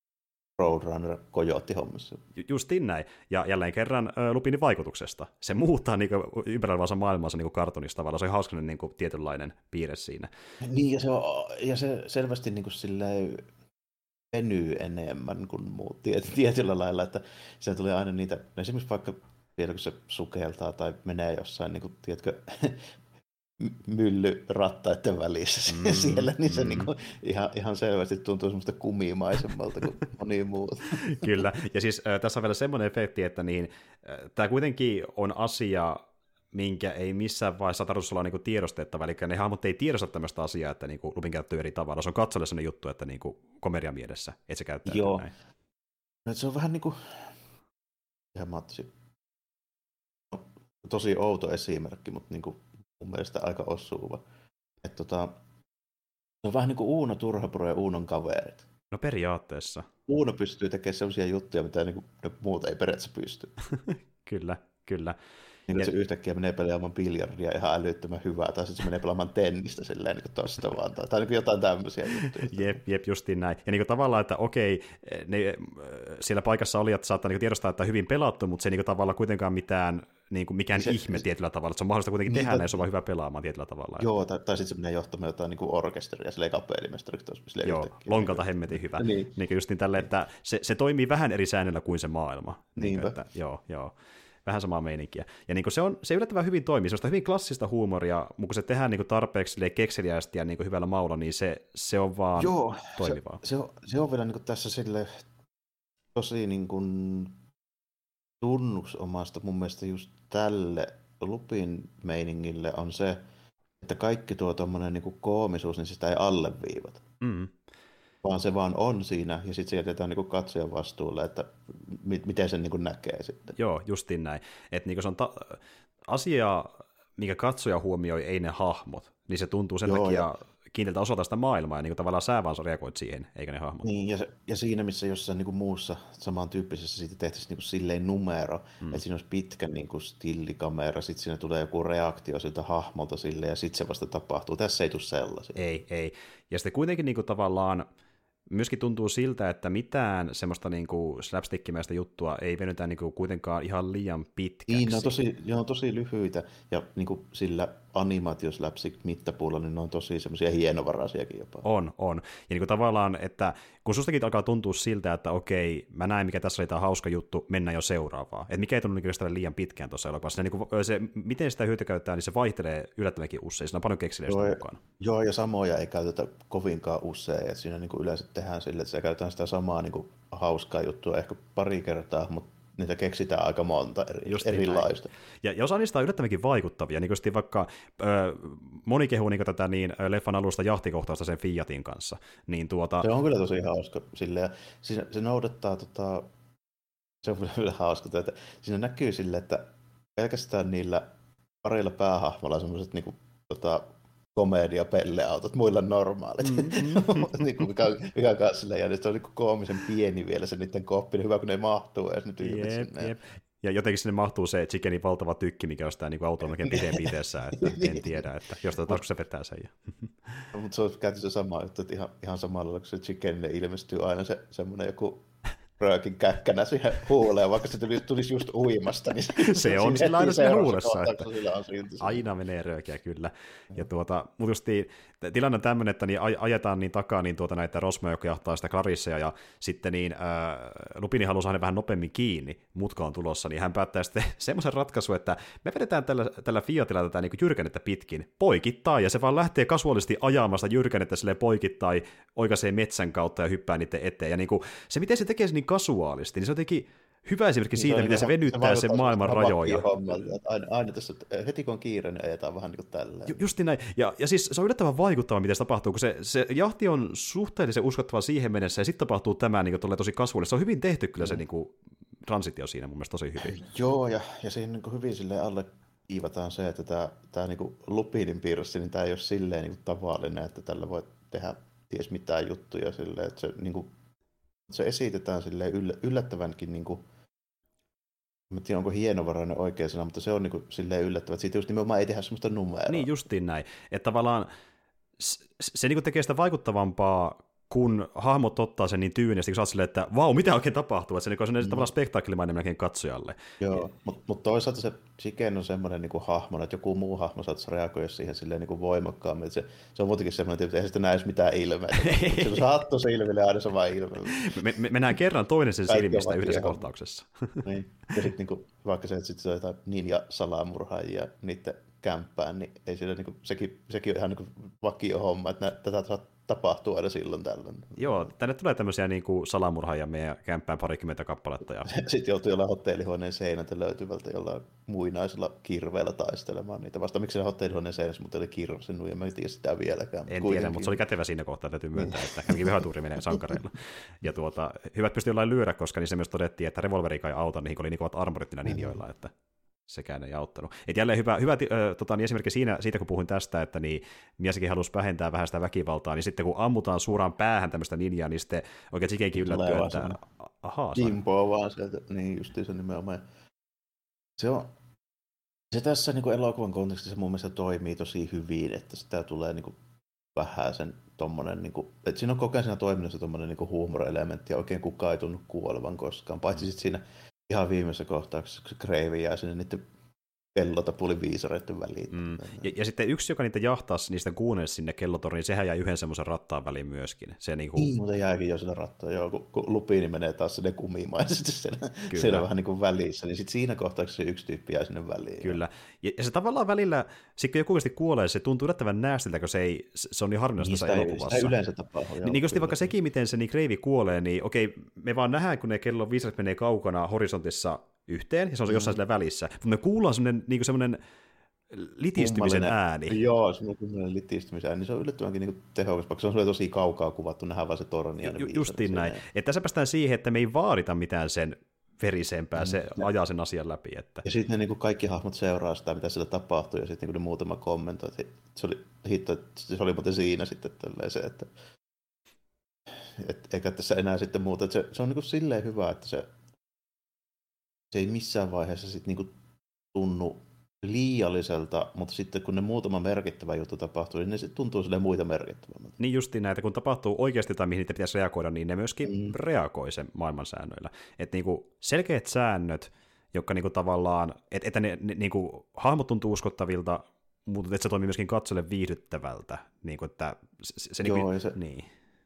Speaker 2: Roadrunner Coyote-hommissa.
Speaker 1: Justiin näin. Ja jälleen kerran äh, Lupinin vaikutuksesta. Se muuttaa niin ympäröivänsä maailmansa niin kartonista tavallaan. Se on hauskainen niin kuin, tietynlainen piirre siinä.
Speaker 2: Niin, ja se, on, ja se selvästi niin kuin, silleen venyy enemmän kuin muut tiet, tietyllä lailla, että se tulee aina niitä, esimerkiksi vaikka vielä kun se sukeltaa tai menee jossain, niin kuin, tiedätkö, myllyrattaiden välissä mm, siellä, niin se mm. niin kuin ihan, ihan selvästi tuntuu semmoista kumimaisemmalta kuin moni muuta.
Speaker 1: Kyllä, ja siis äh, tässä on vielä semmoinen efekti, että niin, äh, tämä kuitenkin on asia, minkä ei missään vaiheessa tarvitse olla niinku tiedostettava, eli ne hahmot ei tiedosta tämmöistä asiaa, että niinku Lupin käyttöy eri tavalla. Se on katsojalle sellainen juttu, että niinku komedian mielessä, että se käyttää
Speaker 2: Joo.
Speaker 1: näin.
Speaker 2: No, se on vähän niin kuin, ihan Matsi, no, tosi outo esimerkki, mutta niin kuin mun mielestä aika osuva. Että tota, se on vähän niin kuin Uuno Turhapuro ja Uunon kaverit.
Speaker 1: No periaatteessa.
Speaker 2: Uuno pystyy tekemään sellaisia juttuja, mitä niin kuin ne muut ei periaatteessa pysty.
Speaker 1: Kyllä, kyllä.
Speaker 2: Niin, se yhtäkkiä menee pelaamaan biljardia ihan älyttömän hyvää, tai sitten se menee pelaamaan tennistä silleen niin kuin tosta vaan, tai, tai niin kuin jotain tämmöisiä juttuja.
Speaker 1: Jep, jep, justiin näin. Ja niin kuin tavallaan, että okei, ne, siellä paikassa olijat saattaa niin tiedostaa, että on hyvin pelattu, mutta se ei niin kuin tavallaan kuitenkaan mitään, niin kuin mikään se, ihme tietyllä tavalla, että se on mahdollista kuitenkin niin, tehdä, ja se on vaan hyvä pelaamaan tietyllä tavalla.
Speaker 2: Joo, tai, tai sitten se menee johtamaan jotain niin kuin orkesteria, silleen kapelimestariksi.
Speaker 1: Joo, yhtäkkiä. Lonkalta hemmetin hyvä. Niin. Niin kuin justiin tälle, että se, se toimii vähän eri säännöllä kuin se maailma. Niin kuin, että, joo, joo. Vähän samaa meininkiä. Ja niin se, on, se yllättävän hyvin toimii. Se on sitä hyvin klassista huumoria, mutta kun se tehdään niin tarpeeksi kekseliästi ja niin hyvällä maulla, niin se, se on vaan
Speaker 2: Joo,
Speaker 1: toimivaa.
Speaker 2: Se, se, on, se on vielä niin tässä sille tosi niin kuin tunnusomasta mun mielestä just tälle Lupin meiningille on se, että kaikki tuo tommonen niin koomisuus, niin sitä ei alleviivata.
Speaker 1: Mm.
Speaker 2: vaan se vaan on siinä, ja sitten se jätetään niin katsojan vastuulle, että m- miten sen niin näkee sitten.
Speaker 1: Joo, justiin näin. Että niin se on ta- asia, mikä katsoja huomioi, ei ne hahmot, niin se tuntuu sen Joo, takia ja... kiinteältä osalta sitä maailmaa, ja niin tavallaan sä vaan reagoit siihen, eikä ne hahmot.
Speaker 2: Niin, ja, se, ja siinä, missä jossain niin muussa samantyyppisessä siitä tehtäisiin niin silleen numero, mm. että siinä olisi pitkä niin kuin stillikamera, sitten siinä tulee joku reaktio siltä hahmolta silleen, ja sitten se vasta tapahtuu. Tässä ei tule sellaisia.
Speaker 1: Ei, ei. Ja sitten kuitenkin niin kuin tavallaan myöskin tuntuu siltä, että mitään semmoista niin kuin slapstickimäistä juttua ei venytä niin kuin kuitenkaan ihan liian pitkäksi.
Speaker 2: Niin, ne on tosi, ne on tosi lyhyitä, ja niin kuin sillä animaatioslapstick-mittapuulla, niin ne on tosi semmoisia hienovaraisiakin jopa.
Speaker 1: On, on. Ja niin kuin tavallaan, että kun sustakin alkaa tuntua siltä, että okei, mä näin, mikä tässä oli tämä hauska juttu, mennään jo seuraavaan. Että mikä ei tunnu niin liian pitkään tuossa elokuvassa. Niin kuin se, miten sitä hyötykäytetään, niin se vaihtelee yllättävänkin usein. Siinä on paljon kekseliäistä mukana.
Speaker 2: Joo, ja samoja ei käytetä kovinkaan usein. Että siinä niin kuin yleensä tehdään sille, että se käytetään sitä samaa niin kuin hauskaa juttua ehkä pari kertaa, mutta niitä keksitään aika monta eri, erilaista.
Speaker 1: Ja, ja osa niistä on yllättävänkin vaikuttavia, niin kuin vaikka ö, moni kehuu niin tätä niin, leffan alusta jahtikohtausta sen Fiatin kanssa. Niin tuota...
Speaker 2: Se on kyllä tosi hauska. Silleen, siinä, se noudattaa, tota, se on kyllä hauska, että siinä näkyy sille, että pelkästään niillä parilla päähahmolla on semmoiset niin kuin, tota, komedia-pelleautot, muilla normaalit, mm-hmm. niin kuin mikä, mikä on kanssa silleen, ja se on niin koomisen pieni vielä se niiden koppi, niin hyvä kun ne mahtuu edes nyt ilmet sinne.
Speaker 1: Jep. Ja jotenkin sinne mahtuu se Chickenin valtava tykki, mikä on sitä niin auton oikein pidempi itsessään, että en tiedä, että jostain taas kun se vetää sen.
Speaker 2: Mutta se on käyty se sama juttu, että ihan, ihan samalla kun se Chickenille ilmestyy aina se semmoinen joku röökin käkkänä siihen huuleen, vaikka se tulisi, tulisi just uimasta. Niin se,
Speaker 1: se on sillä aina siinä huulessa, että
Speaker 2: on
Speaker 1: aina menee röökiä kyllä. Ja tuota, mutta just tilanne on tämmöinen, että niin ajetaan niin takaa niin tuota näitä rosmoja, jotka jahtaa sitä Clarisseja, ja sitten niin ää, Lupini haluaa saada vähän nopeammin kiinni, mutka on tulossa, niin hän päättää sitten semmoisen ratkaisun, että me vedetään tällä, tällä Fiatilla tätä niin jyrkänettä pitkin, poikittain, ja se vaan lähtee kasuaalisesti ajamasta jyrkänettä silleen poikittain, oikaisee metsän kautta ja hyppää niiden eteen. Ja niin kuin, se, miten se tekee se niin kasuaalisti, niin se on jotenkin hyvä esimerkki niin siitä, miten se venyttää se sen maailman rajoja.
Speaker 2: Aina, aina tässä, heti kun on kiire, niin ajetaan vähän niin kuin tälleen.
Speaker 1: Ju, justi näin. Ja, ja siis se on yllättävän vaikuttava, miten se tapahtuu, kun se, se jahti on suhteellisen uskottava siihen mennessä, ja sitten tapahtuu tämä niin kuin, tosi kasvuille. Se on hyvin tehty kyllä mm. se niin kuin, transitio siinä mun mielestä tosi hyvin.
Speaker 2: Joo, ja, ja siinä niin kuin hyvin silleen alle kiivataan se, että tämä, tämä niin kuin Lupinin piirros, niin tämä ei ole silleen niin kuin tavallinen, että tällä voi tehdä ties mitään juttuja silleen, että se, niin kuin, se esitetään silleen yllättävänkin niin kuin, en tiedä, onko hienovarainen oikea sana, mutta se on niin kuin silleen yllättävää, että siitä just nimenomaan ei tehdä semmoista numeroa.
Speaker 1: Niin, justiin näin. Että tavallaan se, se niin kuin tekee sitä vaikuttavampaa, kun hahmot ottaa sen niin tyynesti, kun sä oot silleen, että vau, mitä oikein tapahtuu, että se niin on mm. tavallaan spektaakkelimainen melkein katsojalle.
Speaker 2: Joo, mutta mut toisaalta se Chicken on semmoinen niin kuin hahmo, että joku muu hahmo saattaisi reagoida siihen silleen niin kuin voimakkaammin. Se, se on muutenkin semmoinen, että eihän sitä näe mitään ilmeä. Se saattuu se ilmeelle aina sama ilme.
Speaker 1: Me, me, mennään kerran toinen sen silmistä yhdessä ihan kohtauksessa.
Speaker 2: Niin. Ja sitten niin vaikka se, että sit se on jotain ninja-salamurhaajia niiden kämppään, niin ei sillä, niin kuin, sekin, sekin on ihan niin vakio homma, että nä, tätä saa tapahtuu aina silloin tällöin.
Speaker 1: Joo, tänne tulee tämmöisiä niin kuin salamurhaajia meidän kämppään parikymmentä kappaletta. Ja...
Speaker 2: Sitten joutuu jollain hotellihuoneen seinältä löytyvältä jollain muinaisella kirveellä taistelemaan niitä vastaan. Miksi se hotellihuoneen seinässä, mutta oli kirvasinnut, ja mä en tiedä sitä vieläkään.
Speaker 1: En kuitenkin. Tiedä, mutta se oli kätevä siinä kohtaa, täytyy myöntää, että hänkin vihatuuri menee sankareilla. Ja tuota, hyvät pystyi jollain lyödä, koska niin se myös todettiin, että revolveri kai auta, niihin oli niin kovat armorit niillä ninjoilla, että sekään ei auttanut. Et jälleen hyvä, hyvä äh, tota, niin esimerkiksi siinä, siitä, kun puhuin tästä, että niin Miyazakin halusi vähentää vähän sitä väkivaltaa, niin sitten kun ammutaan suoraan päähän tämmöistä ninjaa, niin sitten oikein Chikenkin yllättyy, että ahaa.
Speaker 2: Kimpoo vaan sieltä, niin justiinsa nimenomaan. Se on, se tässä niin kuin elokuvan kontekstissa mun mielestä toimii tosi hyvin, että sitä tulee niin kuin vähän sen tommonen, niin kuin, että siinä on koko ajan siinä toiminnassa tommonen niin kuin huumorielementti, ja oikein kukaan ei tunnu kuolevan koskaan, paitsi sitten siinä ihan viimeisessä kohtauksessa, kun se Crave jää sinne niiden kellotapuliviisareiden väliin. Mm.
Speaker 1: Ja, ja sitten yksi, joka niitä jahtasi niistä kuunnella sinne kellotoriin, sehän jäi yhden semmoisen rattaan väliin myöskin. Se niin kuin...
Speaker 2: Niin, mutta jääkin jo sillä rattaa, joo, kun, kun Lupini menee taas sinne kumimaisesti siellä, siellä vähän niin kuin välissä, niin sitten siinä kohtauksessa yksi tyyppi jää sinne väliin.
Speaker 1: Kyllä, ja, ja se tavallaan välillä, sitten kun joku oikeasti kuolee, se tuntuu yllättävän näästiltä, kun se, ei, se on niin harvinaista
Speaker 2: niin,
Speaker 1: elokuvassa.
Speaker 2: Sitä yleensä tapahtuu.
Speaker 1: Niin, niin vaikka sekin, miten se niin Crave kuolee, niin okei, me vaan nähdään, kun ne kellon viisaret menee kaukana horisontissa yhteen, ja se on mm. jossain sillä välissä. Mutta me kuullaan semmoinen, niin semmoinen litistymisen ääni.
Speaker 2: Joo, se on kummallinen litistymisen ääni. Se on yllättävänkin niin tehokas, vaikka se on tosi kaukaa kuvattu, nähdään vaan se torni. Ja
Speaker 1: Ju, justiin näin. Että tässä päästään siihen, että me ei vaadita mitään sen verisempää, se
Speaker 2: ja,
Speaker 1: ajaa sen asian läpi. Että.
Speaker 2: Ja sitten ne niin kaikki hahmot seuraa sitä, mitä siellä tapahtuu, ja sitten niin ne muutama kommentoi, että se oli, hitto, se oli muuten siinä sitten se, että et, eikä tässä enää sitten muuta. Että se, se on niin silleen hyvä, että se, se ei missään vaiheessa sitten niin tunnu liialliselta, mutta sitten kun ne muutama merkittävä juttu tapahtuu, niin ne sitten tuntuu silleen muita merkittävämmältä.
Speaker 1: Niin justiin näitä, kun tapahtuu oikeasti jotain, mihin niitä pitäisi reagoida, niin ne myöskin mm. reagoi sen maailmansäännöillä. Että niinku selkeät säännöt, jotka niinku tavallaan, että, että ne, ne niinku, hahmot tuntuu uskottavilta, mutta että se toimii myöskin katsolle viihdyttävältä. Niinku, että se, se,
Speaker 2: Joo,
Speaker 1: niinku,
Speaker 2: ja se,
Speaker 1: niin.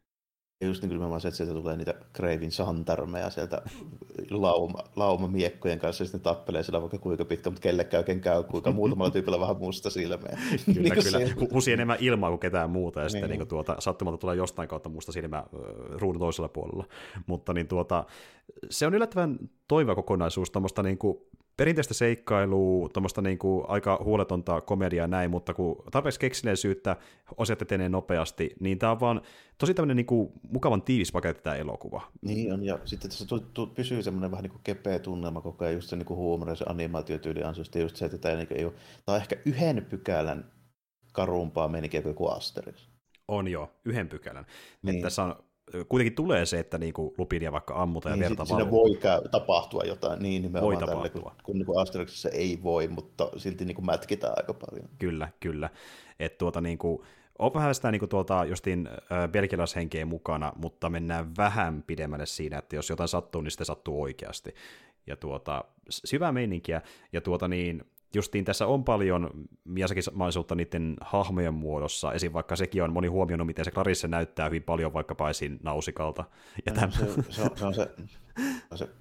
Speaker 2: Ja just niin kyllä se, että sieltä tulee niitä Kreivin santarmeja sieltä lauma, laumamiekkojen kanssa, ja sitten tappelee sillä vaikka kuinka pitkä, mutta kellekään oikein käy, kuinka muutamalla tyypillä vähän musta silmeä.
Speaker 1: Kyllä,
Speaker 2: niin
Speaker 1: kyllä.
Speaker 2: Se...
Speaker 1: Husi enemmän ilmaa kuin ketään muuta, ja sitten niin. Niin tuota, sattumalta tulee jostain kautta musta silmä ruudun toisella puolella. Mutta niin tuota, se on yllättävän toiva kokonaisuus, tuommoista niin kuin perinteistä seikkailua, tuommoista niin kuin aika huoletonta komediaa näin, mutta kun tarpeeksi keksineisyyttä asiat etenee nopeasti, niin tämä on vaan tosi tämmöinen niin kuin mukavan tiivis paketti tämä elokuva.
Speaker 2: Niin on, ja sitten tässä tu- tu- pysyy semmoinen vähän niin kuin kepeä tunnelma koko ajan, just se niin kuin huumori ja se animaatiotyyli ansiosta, just se, että tämä, niin ei ole, tämä on ehkä yhden pykälän karumpaa meininkiä kuin joku Asterix.
Speaker 1: On jo, yhden pykälän.
Speaker 2: Niin.
Speaker 1: Tässä on kuitenkin tulee se, että niinku Lupinia vaikka ammutaan
Speaker 2: niin,
Speaker 1: ja verta
Speaker 2: siinä voi käy, tapahtua jotain, niin nimenomaan
Speaker 1: voi
Speaker 2: tälle, kun, kun niin Asterixissa ei voi, mutta silti niin kuin mätkitään aika paljon.
Speaker 1: Kyllä, kyllä. Että tuota niinku, on vähän sitä niinku tuolta justiin äh, belgialaishenkeä mukana, mutta mennään vähän pidemmälle siinä, että jos jotain sattuu, niin sitten sattuu oikeasti. Ja tuota, syvää meininkiä, ja tuota niin, justiin tässä on paljon Miyazakimaisuutta niiden hahmojen muodossa, esim. Vaikka sekin on moni huomioinut, miten se Clarisse näyttää hyvin paljon vaikkapa esiin Nausikalta. Ja
Speaker 2: no, se, se, on, se on se, on se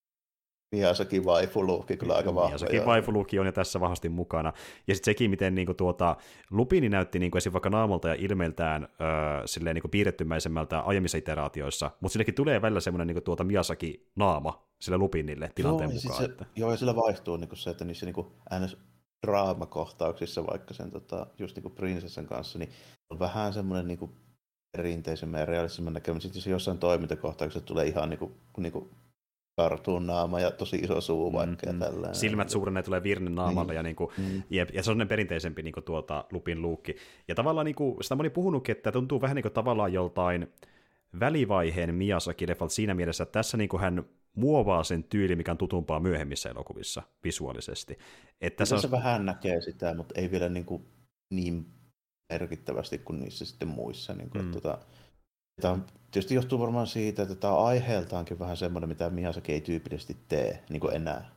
Speaker 2: Miyazakin waifu-luukki kyllä aika vahva.
Speaker 1: Miyazakin waifu-luukki on jo tässä vahvasti mukana. Ja sitten sekin, miten niinku tuota, Lupini näytti niinku esim. Vaikka naamalta ja ilmeiltään öö, silleen niinku piirrettymäisemmältä aiemmissa iteraatioissa, mutta sillekin tulee välillä semmoinen niinku tuota Miyazaki-naama sille Lupinille tilanteen
Speaker 2: joo,
Speaker 1: mukaan.
Speaker 2: Se,
Speaker 1: että...
Speaker 2: Joo, ja sillä vaihtuu niinku se, että niissä niinku äänes draamakohtauksissa vaikka sen tota, just niinku prinsessan kanssa, niin on vähän semmoinen niinku perinteisemmän ja realistisemman näkemään. Sitten jos jossain toimintakohtauksessa tulee ihan niinku, niinku kartuun naama ja tosi iso suu vaikka mm, ja tällainen.
Speaker 1: Silmät suurenee, tulee virne naamalle, mm, ja, niinku, mm. jep, ja se on sellainen perinteisempi niinku tuota, Lupin luukki. Ja tavallaan niinku, sitä moni puhunutkin, että tuntuu vähän niinku tavallaan joltain välivaiheen Miyazaki-leffalta siinä mielessä, että tässä niinku hän muovaa sen tyyli, mikä on tutumpaa myöhemmissä elokuvissa visuaalisesti. Että
Speaker 2: tässä
Speaker 1: on...
Speaker 2: se vähän näkee sitä, mutta ei vielä niinku niin merkittävästi kuin niissä sitten muissa. Niinku, mm. tota, tämä on, tietysti johtuu varmaan siitä, että tämä on aiheeltaankin vähän semmoinen, mitä Miyazaki ei tyypillisesti tee niin kuin enää.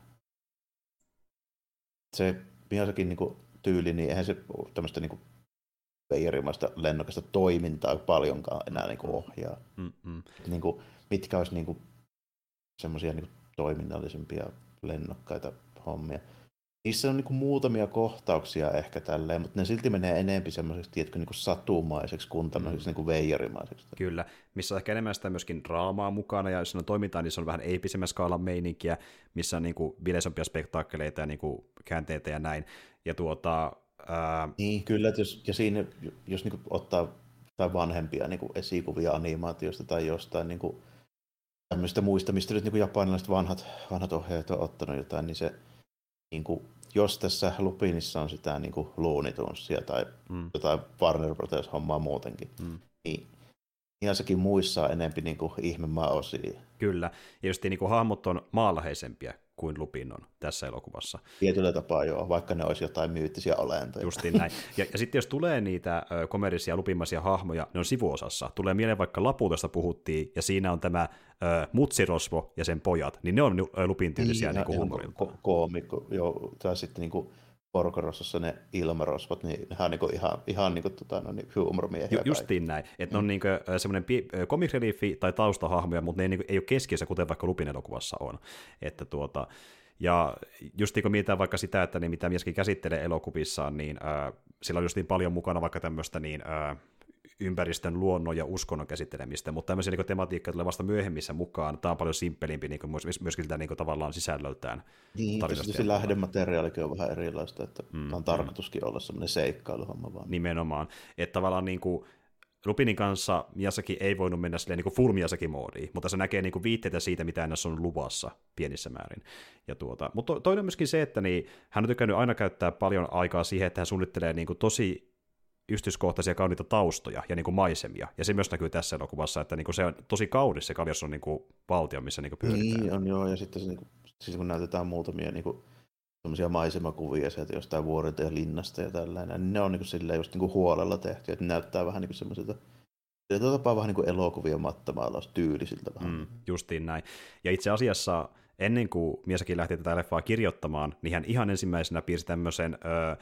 Speaker 2: Se Miyazakin niin kuin tyyli, niin eihän se tämmöistä niin kuin veijarimaista lennokasta toimintaa paljonkaan enää niin kuin ohjaa. Niin kuin, mitkä olisi niin kuin semmoisia niin kuin toiminnallisempia lennokkaita hommia. Niissä on niinku muutamia kohtauksia ehkä tälleen, mutta ne silti menee enempi semmoiseksi, tiedätkö, niinku satumaiseksi kuin tämmöiseksi mm. niinku veijarimaiseksi.
Speaker 1: Kyllä, missä on ehkä enemmän sitä myöskin draamaa mukana, ja jos on toimintaa, niin se on vähän eeppisemmän skaalan meininkiä, missä on niinku bileisompia spektaakkeleita ja niinku käänteitä ja näin. Ja tuota, ää...
Speaker 2: Niin, kyllä, että jos, ja siinä, jos niinku ottaa tai vanhempia niinku esikuvia animaatiosta tai jostain niinku tämmöistä muista, mistä nyt niinku japanilaiset vanhat, vanhat ohjaajat on ottanut jotain, niin se niin kuin, jos tässä Lupinissa on sitä niin kuin Looney Tunesia tai mm. jotain Warner Brothers-hommaa muutenkin, mm. niin jossakin muissa on enemmän niin kuin ihmemaosia.
Speaker 1: Kyllä, ja just niin kuin hahmot on maanläheisempiä kuin Lupin on tässä elokuvassa.
Speaker 2: Tietyllä tapaa joo, vaikka ne olisi jotain myyttisiä olentoja.
Speaker 1: Justiin näin. Ja, ja sitten jos tulee niitä ö, komerisia lupimaisia hahmoja, ne on sivuosassa. Tulee mieleen vaikka Laputosta puhuttiin, ja siinä on tämä ö, Mutsirosvo ja sen pojat, niin ne on ö, Lupin tyylisiä niin, niin huumorilta.
Speaker 2: Ko- koomikko, joo, tai sitten niin kuin Porkorossassa ne ilmarosvot, niin nehän on niinku ihan, ihan niinku, tota, no, niin huumormiehiä. Ju,
Speaker 1: justiin näin, että mm. ne on niinku, semmoinen comic reliefi tai taustahahmoja, mutta ne ei, niinku, ei ole keskiössä, kuten vaikka Lupin elokuvassa on. Että tuota, ja just kun mietitään vaikka sitä, että ne, mitä myöskin käsittelee elokuvissaan, niin äh, sillä on just niin paljon mukana vaikka tämmöistä niin, äh, ympäristön, luonnon ja uskonnon käsittelemistä, mutta tämmöisiä niin tematiikkoja tulee vasta myöhemmissä mukaan. Tämä on paljon simppelimpi niin myöskin tämä niin tavallaan sisällöltään.
Speaker 2: Niin, tietysti lähdemateriaalikin on vähän erilaista, että mm, tämä on tarkoituskin mm. olla semmoinen seikkailuhomma vaan.
Speaker 1: Nimenomaan, että tavallaan niin kuin Lupinin kanssa Miyazaki ei voinut mennä silleen niin kuin full Miyazaki-moodiin, mutta se näkee niin kuin viitteitä siitä, mitä ennäs on luvassa pienissä määrin. Ja tuota, mutta toinen on myöskin se, että niin, hän on tykännyt aina käyttää paljon aikaa siihen, että hän suunnittelee niin kuin tosi yksityiskohtaisia kauniita taustoja ja niin kuin maisemia. Ja se myös näkyy tässä elokuvassa, että niin kuin se on tosi kaunis se Kaljasson niin kuin valtio, missä niin kuin pyöritään.
Speaker 2: Niin on joo, ja sitten se, niin kuin, siis kun näytetään muutamia niin kuin semmoisia maisemakuvia sieltä jostain vuorilta ja linnasta ja tällainen, niin ne on niin kuin silleen just niin kuin huolella tehty, että ne näyttää vähän niin kuin semmoisilta, se tapaa vähän niin kuin elokuvia mattamaalaus tyylisiltä vähän. Mm,
Speaker 1: justiin näin. Ja itse asiassa ennen kuin Miyazaki lähti tätä leffaa kirjoittamaan, niin hän ihan ensimmäisenä piirsi tämmöisen ö,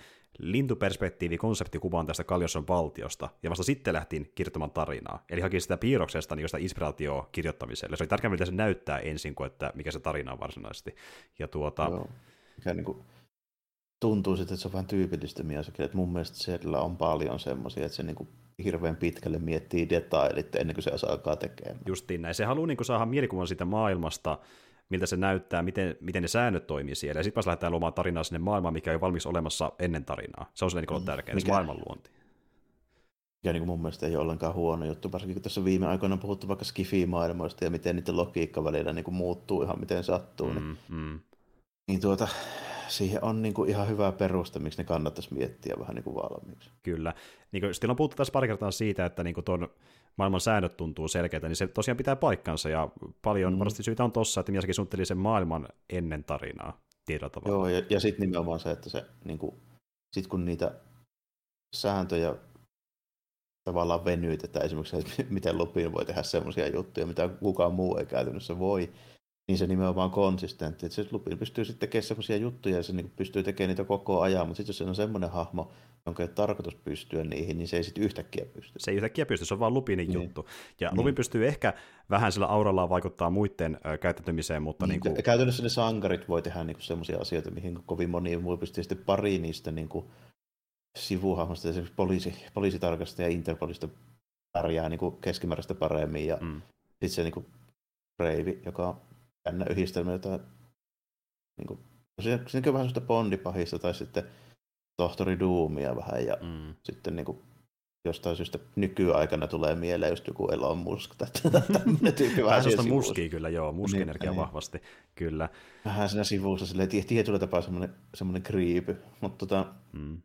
Speaker 1: lintuperspektiivikonseptikuvan tästä Kaljasson valtiosta, ja vasta sitten lähtiin kirjoittamaan tarinaa. Eli haki sitä piirroksesta niin sitä inspiraatioa kirjoittamiselle. Se oli tärkeää, mitä se näyttää ensin, kuin että mikä se tarina on varsinaisesti. Ja tuota...
Speaker 2: Joo. Mikä niin kuin tuntuu sitten, että se on vähän tyypillistä Miyazakille, että mun mielestä siellä on paljon semmoisia, että se niin kuin hirveän pitkälle miettii detailit ennen kuin se alkaa tekemään.
Speaker 1: Justiin näin. Se haluaa niin kuin saada mielikuvan siitä maailmasta, miltä se näyttää, miten, miten ne säännöt toimii siellä. Ja sitten vasta lähdetään luomaan tarinaa sinne maailmaan, mikä on valmiiksi olemassa ennen tarinaa. Se on se niin kuin tärkeää, mikä, se maailmanluonti.
Speaker 2: Mikä niin kuin mun mielestä ei ole ollenkaan huono juttu, varsinkin kun tässä viime aikoina on puhuttu vaikka Skifi-maailmoista ja miten niiden logiikka välillä niin kuin muuttuu ihan miten sattuu. Mm, niin, mm. niin tuota... Siihen on niin kuin ihan hyvä perusta, miksi ne kannattaisi miettiä vähän niin kuin valmiiksi.
Speaker 1: Kyllä. Niin kuin sitten on puhuttu tässä pari kertaa siitä, että niin kuin tuon maailman säännöt tuntuu selkeältä, niin se tosiaan pitää paikkansa, ja paljon mm. varmasti syytä on tossa, että Miyazaki suunnitteli sen maailman ennen tarinaa tietyllä tavalla.
Speaker 2: Joo, ja, ja sitten nimenomaan se, että se, niin kuin, sit kun niitä sääntöjä tavallaan venytetään, esimerkiksi että miten Lupin voi tehdä semmoisia juttuja, mitä kukaan muu ei käytännössä voi, niin se nimenomaan on konsistentti. Että se Lupin pystyy sitten tekemään sellaisia juttuja ja se niin pystyy tekemään niitä koko ajan, mutta sitten jos se on semmoinen hahmo, jonka ei tarkoitus pystyä niihin, niin se ei sitten yhtäkkiä pysty.
Speaker 1: Se ei yhtäkkiä pysty, se on vaan Lupinin niin. juttu. Ja niin. Lupin pystyy ehkä vähän sillä aurallaan vaikuttaa muiden ö, käyttäytymiseen, mutta... Niin, niin kuin...
Speaker 2: Käytännössä ne sankarit voi tehdä niin semmoisia asioita, mihin kovin moni muu pystyy sitten pari niistä niin kuin sivuhahmosta, esimerkiksi poliisi, poliisitarkastaja ja Interpolista pärjää niin kuin keskimääräistä paremmin, ja mm. sitten se niin kuin Brave, joka on jännä yhdistelmä, jota niin kuin, se, se on vähän sellaista Bondipahista, tai sitten tohtori Doomia vähän, ja mm. sitten niin kuin, jostain syystä nykyaikana tulee mieleen just joku Elon Musk, tai tämmöinen tyyppi vähän
Speaker 1: sellaista muskia kyllä, joo, muskienergia niin, vahvasti, kyllä.
Speaker 2: Vähän siinä sivussa, silleen tietyllä tapaa semmoinen, semmoinen creepy, mutta tota, mm.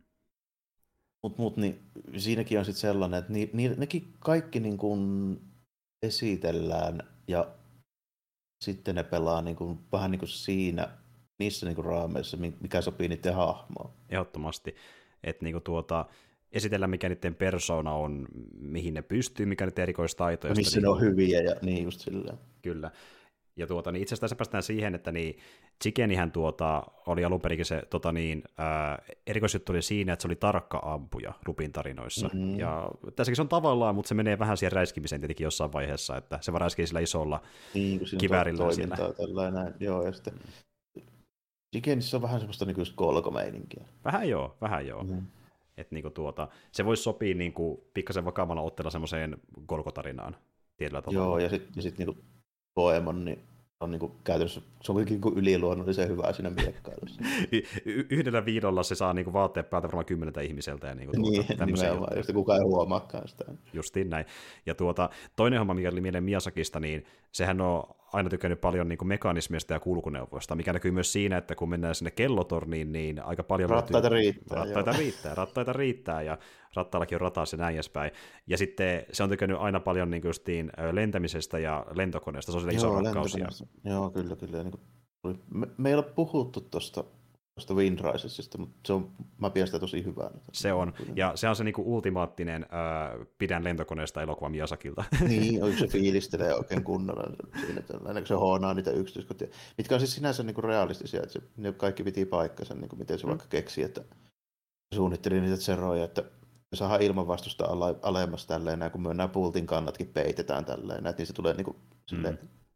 Speaker 2: mut, mut, niin, siinäkin on sitten sellainen, että ni, ni, nekin kaikki niin kuin esitellään, ja sitten ne pelaa niin kuin, vähän niin kuin siinä, niissä niin kuin raameissa, mikä sopii niiden hahmoon.
Speaker 1: Ehdottomasti, että niin kuin tuota, esitellään mikä niiden persona on, mihin ne pystyy, mikä niiden erikoistaitoja.
Speaker 2: Missä
Speaker 1: niin,
Speaker 2: ne on hyviä ja niin just silleen.
Speaker 1: Kyllä. Ja tuota, niin itse asiassa tässä päästään siihen, että niin Chikenihän tuota, oli alun perinkin se tota niin, ää, erikoisjuttu oli siinä, että se oli tarkka ampuja Lupin tarinoissa. Mm-hmm. Ja tässäkin se on tavallaan, mutta se menee vähän siihen räiskimiseen tietenkin jossain vaiheessa, että se vaan räiskii sillä isolla
Speaker 2: niin,
Speaker 1: kiväärillä siellä.
Speaker 2: Tällainen, joo, ja sitten Chikenissä on vähän semmoista niin kuin kolkomeininkiä.
Speaker 1: Vähän joo, vähän joo. Mm-hmm. Että niinku tuota, se voisi sopia niinku pikkasen vakaammalla otteella semmoiseen Golgo-tarinaan tietyllä tavalla.
Speaker 2: Joo, ja sitten sit niinku Goemon niin on niinku käytännössä sovikin niinku yliluonnollisen hyvää siinä miekkailussa.
Speaker 1: y- yhdellä viidolla se saa niinku vaatteet päältä varmaan kymmeneltä ihmiseltä. Ja niinku
Speaker 2: tuota, niin, nimenomaan, josta kukaan ei huomaakaan sitä.
Speaker 1: Justiin näin. Ja tuota, toinen homma, mikä oli mieleen Miyazakista, niin sehän on aina tykännyt paljon niin kuin mekanismista ja kulkuneuvoista, mikä näkyy myös siinä, että kun mennään sinne kellotorniin, niin aika paljon...
Speaker 2: Rattaita löytyy... riittää.
Speaker 1: Rattaita joo. riittää, rattaita riittää, ja rattaillakin on rataa se näin edespäin. Ja sitten se on tykännyt aina paljon niin justiin lentämisestä ja lentokoneesta, se on sille iso rakkaus. Ja...
Speaker 2: Joo, kyllä, kyllä. Niin kuin... me, me ei ole puhuttu tuosta tuosta Wind Risesista, mutta se on, mä pidän sitä tosi hyvänä.
Speaker 1: Se on, ja se on se niinku ultimaattinen äh, pidän lentokoneesta elokuva Miyazakilta.
Speaker 2: Niin, on, se fiilistelee oikein kunnolla siinä, tällainen, kun se hoonaa niitä yksityiskohtia, mitkä on siis sinänsä niinku realistisia, että se, ne kaikki piti paikkansa, niinku miten se mm. vaikka keksi, että suunnitteli niitä zeroja, että me saadaan ilmanvastusta ale, alemmas tälleen, kun me nämä pultin kannatkin peitetään tälleen, niin se tulee niinku silleen, mm.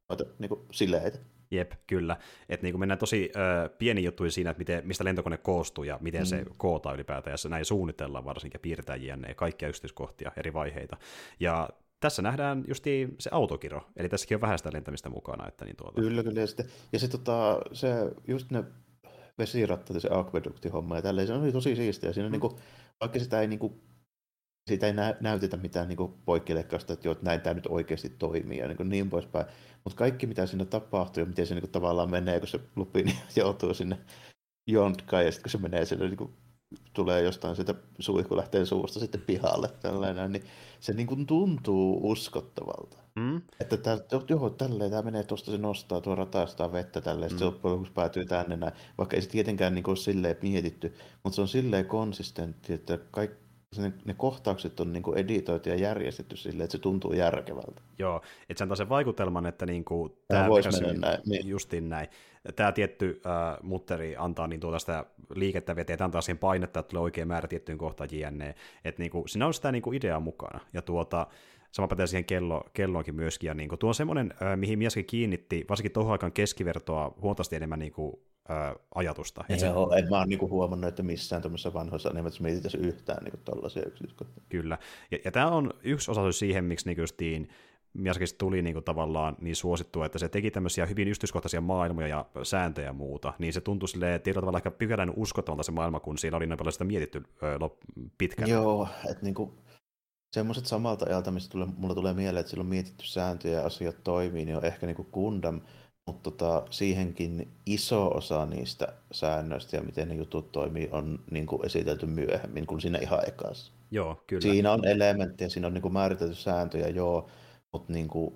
Speaker 2: noita niin kuin sileitä.
Speaker 1: Jep, kyllä. Että niin mennään tosi ö, pieni juttuja siinä, että miten, mistä lentokone koostuu ja miten mm. se kootaan ylipäätään, ja se näin suunnitellaan varsinkin, ja piirretään jne, ja kaikkia yksityiskohtia, eri vaiheita. Ja tässä nähdään justiin se autokiro, eli tässäkin on vähän sitä lentämistä mukana. Että niin tuota...
Speaker 2: Kyllä, kyllä. Ja, sitten, ja se, tota, se, just ne vesirattaat ja se akveduktihomma, ja tälleen, se on tosi siistiä. Siinä mm. niin kuin, vaikka sitä ei, niin kuin, siitä ei nä- näytetä mitään niin kuin poikkileikkausta, että, jo, että näin tämä nyt oikeasti toimii, ja niin, niin poispäin. Mutta kaikki, mitä siinä tapahtuu, ja miten se niin kuin, tavallaan menee, kun se Lupin joutuu sinne jontkaan, ja sitten kun se menee sinne, niin kuin, tulee jostain sitä suihku lähtee suusta sitten pihalle, tällainen, niin se niin kuin tuntuu uskottavalta. Mm. Että tää, joo, tälleen tämä menee tuosta, se nostaa, tuo ratastaa vettä tälleen, mm. sitten se lopuksi päätyy tänne näin, vaikka ei se tietenkään niin kuin ole silleen mietitty, mutta se on silleen konsistentti, että kaikki Ne, ne kohtaukset on niinku editoitu ja järjestetty silleen, että se tuntuu järkevältä.
Speaker 1: Joo, että se antaa sen vaikutelman, että niinku
Speaker 2: tämä voisi mennä näin.
Speaker 1: Niin. Justiin näin. Tämä tietty äh, mutteri antaa niin tuota sitä liikettä veteen, että antaa siihen painetta, että tulee oikea määrä tiettyyn kohtaan jne. Että niinku, siinä on sitä niinku ideaa mukana. Ja tuota, sama pätee siihen kello, kelloonkin myöskin. Ja niinku, tuo on semmoinen, äh, mihin Miyazaki kiinnitti, varsinkin tuohon aikaan keskivertoa huomattavasti enemmän niinku, äh, ajatusta.
Speaker 2: Ei, joo, en mä ole niinku huomannut, että missään tämmöisessä vanhoissa animessa mietitäisi yhtään niinku tollaisia yksityiskohtia.
Speaker 1: Kyllä. Ja, ja tämä on yksi osa siihen, miksi niinku justiin Miyazakista tuli niinku tavallaan niin suosittua, että se teki tämmöisiä hyvin yksityiskohtaisia maailmoja ja sääntöjä ja muuta, niin se tuntui silleen tietyllä tavalla ehkä pykälän uskottavalta se maailma, kun siellä oli noin paljon sitä mietitty öö, pitkään.
Speaker 2: Joo, että niinku semmoiset samalta ajalta, mistä tule, mulla tulee mieleen, että sillä on mietitty sääntöjä ja asiat toimii, niin on ehkä niinku Gundam, mutta tota, siihenkin iso osa niistä säännöistä ja miten ne jutut toimii on niinku esitelty myöhemmin kuin siinä ihan ekassa.
Speaker 1: Joo, kyllä.
Speaker 2: Siinä on elementtejä, siinä on niinku määritelty sääntöjä, joo, mutta niinku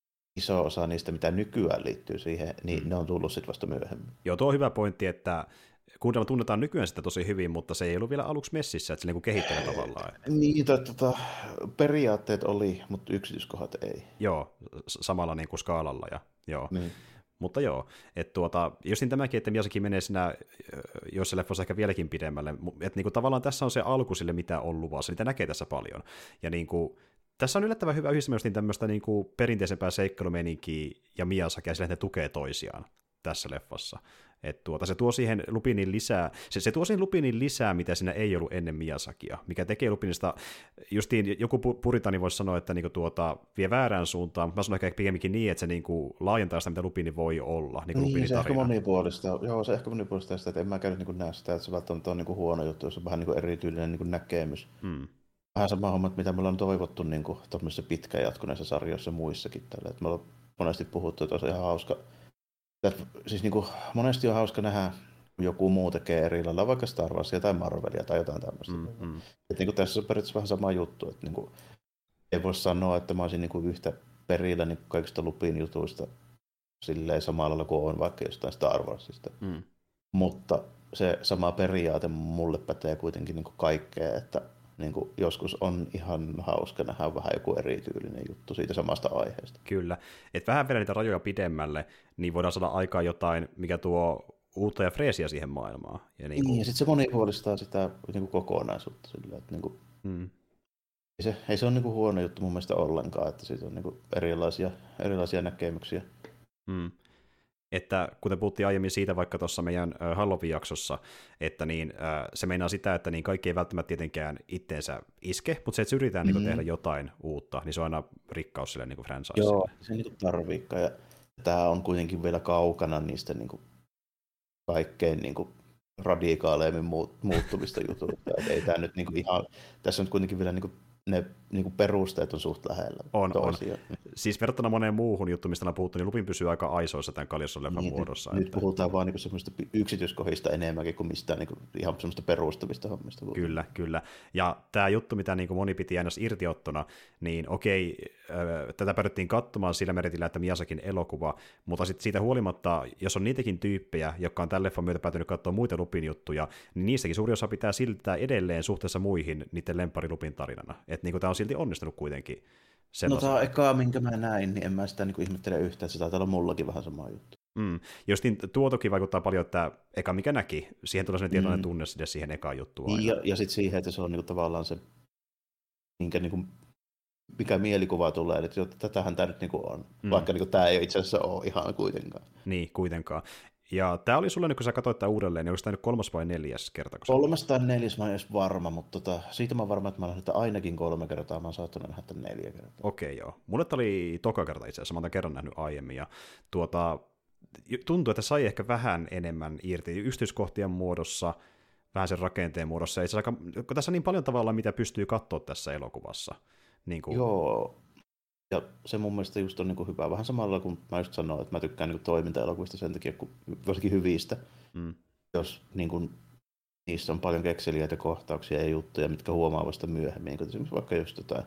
Speaker 2: iso osa niistä, mitä nykyään liittyy siihen, niin mm. ne on tullut sitten vasta myöhemmin.
Speaker 1: Joo, tuo on hyvä pointti, että Gundam tunnetaan nykyään sitä tosi hyvin, mutta se ei ollut vielä aluksi messissä, että se niinku kehittelee tavallaan.
Speaker 2: Niin, tota, periaatteet oli, mutta yksityiskohdat ei.
Speaker 1: Joo, samalla niinku skaalalla. Ja, joo.
Speaker 2: Niin.
Speaker 1: Mutta joo, että tuota, justin tämäkin, että Miyazaki menee siinä joissa leffoissa ehkä vieläkin pidemmälle, että niinku tavallaan tässä on se alku sille, mitä on luvassa, niitä näkee tässä paljon. Ja niinku, tässä on yllättävän hyvä yhdistelmä tämmöistä niinku perinteisempää seikkailumeininkiä ja Miyazakia, sillä ne tukee toisiaan tässä leffassa. Että tuota, se tuo siihen Lupinin lisää, se, se tuo siihen Lupinin lisää, mitä siinä ei ollut ennen Miyazakia, mikä tekee Lupinista, justiin joku puritani voisi sanoa, että niinku tuota, vie väärään suuntaan, mutta mä sanon ehkä pikemminkin niin, että se niinku laajentaa sitä, mitä Lupini voi olla. Niinku
Speaker 2: niin, se ehkä monipuolista, joo, se ehkä monipuolista sitä, että en mä käynyt niinku näe sitä, että se välttämättä on niinku huono juttu, jos on vähän niinku erityinen niinku näkemys. Hmm. Vähän sama homma, mitä me ollaan toivottu niinku tuommoisissa pitkäjatkuneissa sarjoissa muissakin tällä, että me ollaan monesti puhuttu, että olisi ihan hauska. Siis niin kuin, monesti on hauska nähdä, kun joku muu tekee eri lailla, vaikka Star Warsia tai Marvelia tai jotain tämmöistä. Mm, mm. Että, niin kuin, tässä on periaatteessa vähän sama juttu. Että, niin kuin, ei voi sanoa, että mä olisin niin kuin, yhtä perillä niin kuin kaikista Lupin jutuista silleen samalla lailla kuin on vaikka jostain Star Warsista. Mm. Mutta se sama periaate mulle pätee kuitenkin niin kuin kaikkea, että niin kuin joskus on ihan hauska nähdä vähän joku erityylinen juttu siitä samasta aiheesta.
Speaker 1: Kyllä. Että vähän vielä niitä rajoja pidemmälle, niin voidaan saada aikaan jotain, mikä tuo uutta ja freesiä siihen maailmaan. Ja, niin kuin...
Speaker 2: niin, ja sitten se monipuolistaa sitä niin kuin kokonaisuutta. Sillä, että niin kuin... mm. ei, se, ei se ole niin kuin huono juttu mun mielestä ollenkaan, että siitä on niin kuin erilaisia, erilaisia näkemyksiä.
Speaker 1: Mm. Että kuten puhuttiin aiemmin siitä vaikka tuossa meidän äh, Halloween-jaksossa, että niin, äh, se meinaa sitä, että niin kaikki ei välttämättä tietenkään itteensä iske, mutta se, että se yritetään mm. niin tehdä jotain uutta, niin se on aina rikkaus sille niin franchiselle.
Speaker 2: Joo, se niin tarviikaan, ja tämä on kuitenkin vielä kaukana niistä niin kuin kaikkein niin kuin radikaaleimmin muuttuvista jutuista. Ei tämä nyt niin kuin ihan, tässä on kuitenkin vielä niin kuin ne niin kuin perusteet on suht lähellä
Speaker 1: on, toisiaan. On. Siis verrattuna moneen muuhun juttuun, mistä on puhuttu, niin Lupin pysyy aika aisoissa tämän Kaljoson-leffan niin, muodossa.
Speaker 2: Nyt,
Speaker 1: että...
Speaker 2: nyt puhutaan vaan niin semmoista yksityiskohdista enemmänkin kuin mistään niin kuin ihan semmoista perustavista hommista.
Speaker 1: Kyllä, kyllä. Ja tämä juttu, mitä niin kuin moni piti aina irtiottona, niin okei, äh, tätä päädyttiin katsomaan sillä meritillä, että Miyazakin elokuva, mutta sitten siitä huolimatta, jos on niitäkin tyyppejä, jotka on tämän leffan myötä päätynyt katsoa muita Lupin juttuja, niin niistäkin suuri osa pitää siltää edelleen suhteessa muihin niiden lemppari Lupin tarinana. Että niin tämä on silti onnistunut kuitenkin.
Speaker 2: No tämä on ekaa, minkä mä näin, niin en mä sitä niin ihmettele yhtään, että se taitaa olla mullakin vähän sama juttu.
Speaker 1: Mm. Justin tuo toki vaikuttaa paljon, että eka mikä näki, siihen tulee sellainen tietoinen mm. tunne siihen ekaan juttuun.
Speaker 2: Ja, ja sitten siihen, että se on niin kuin, tavallaan se, minkä niin kuin, mikä mielikuva tulee, että tätähän tämä nyt niinku on, mm. vaikka niinku tämä ei itse asiassa ole ihan kuitenkaan.
Speaker 1: Niin, kuitenkaan. Ja tämä oli sulle, kun sä katsoit tämän uudelleen, niin onko tämä nyt kolmas vai neljäs kerta?
Speaker 2: Kolmas tai neljäs mä en edes varma, mutta tota, siitä mä oon varma, että mä olen ainakin kolme kertaa, mä oon saattanut nähdä tämän neljä kertaa.
Speaker 1: Okei, okay, joo. Mulle tämä oli toka kerta itse asiassa, mä oon kerran nähnyt aiemmin, ja tuota, tuntuu, että sai ehkä vähän enemmän irti yksityiskohtien muodossa, vähän sen rakenteen muodossa. Itse asiassa, kun tässä on niin paljon tavalla, mitä pystyy katsoa tässä elokuvassa. Niin kuin...
Speaker 2: Joo, ja se mun mielestä just on niin kuin hyvä. Vähän samalla kuin mä just sanoin, että mä tykkään niin kuin toiminta-elokuvista sen takia, kun varsinkin hyvistä, mm. jos niin kuin, niissä on paljon kekseliäitä kohtauksia ja juttuja, mitkä huomaa vasta myöhemmin. Niin esimerkiksi vaikka just tota,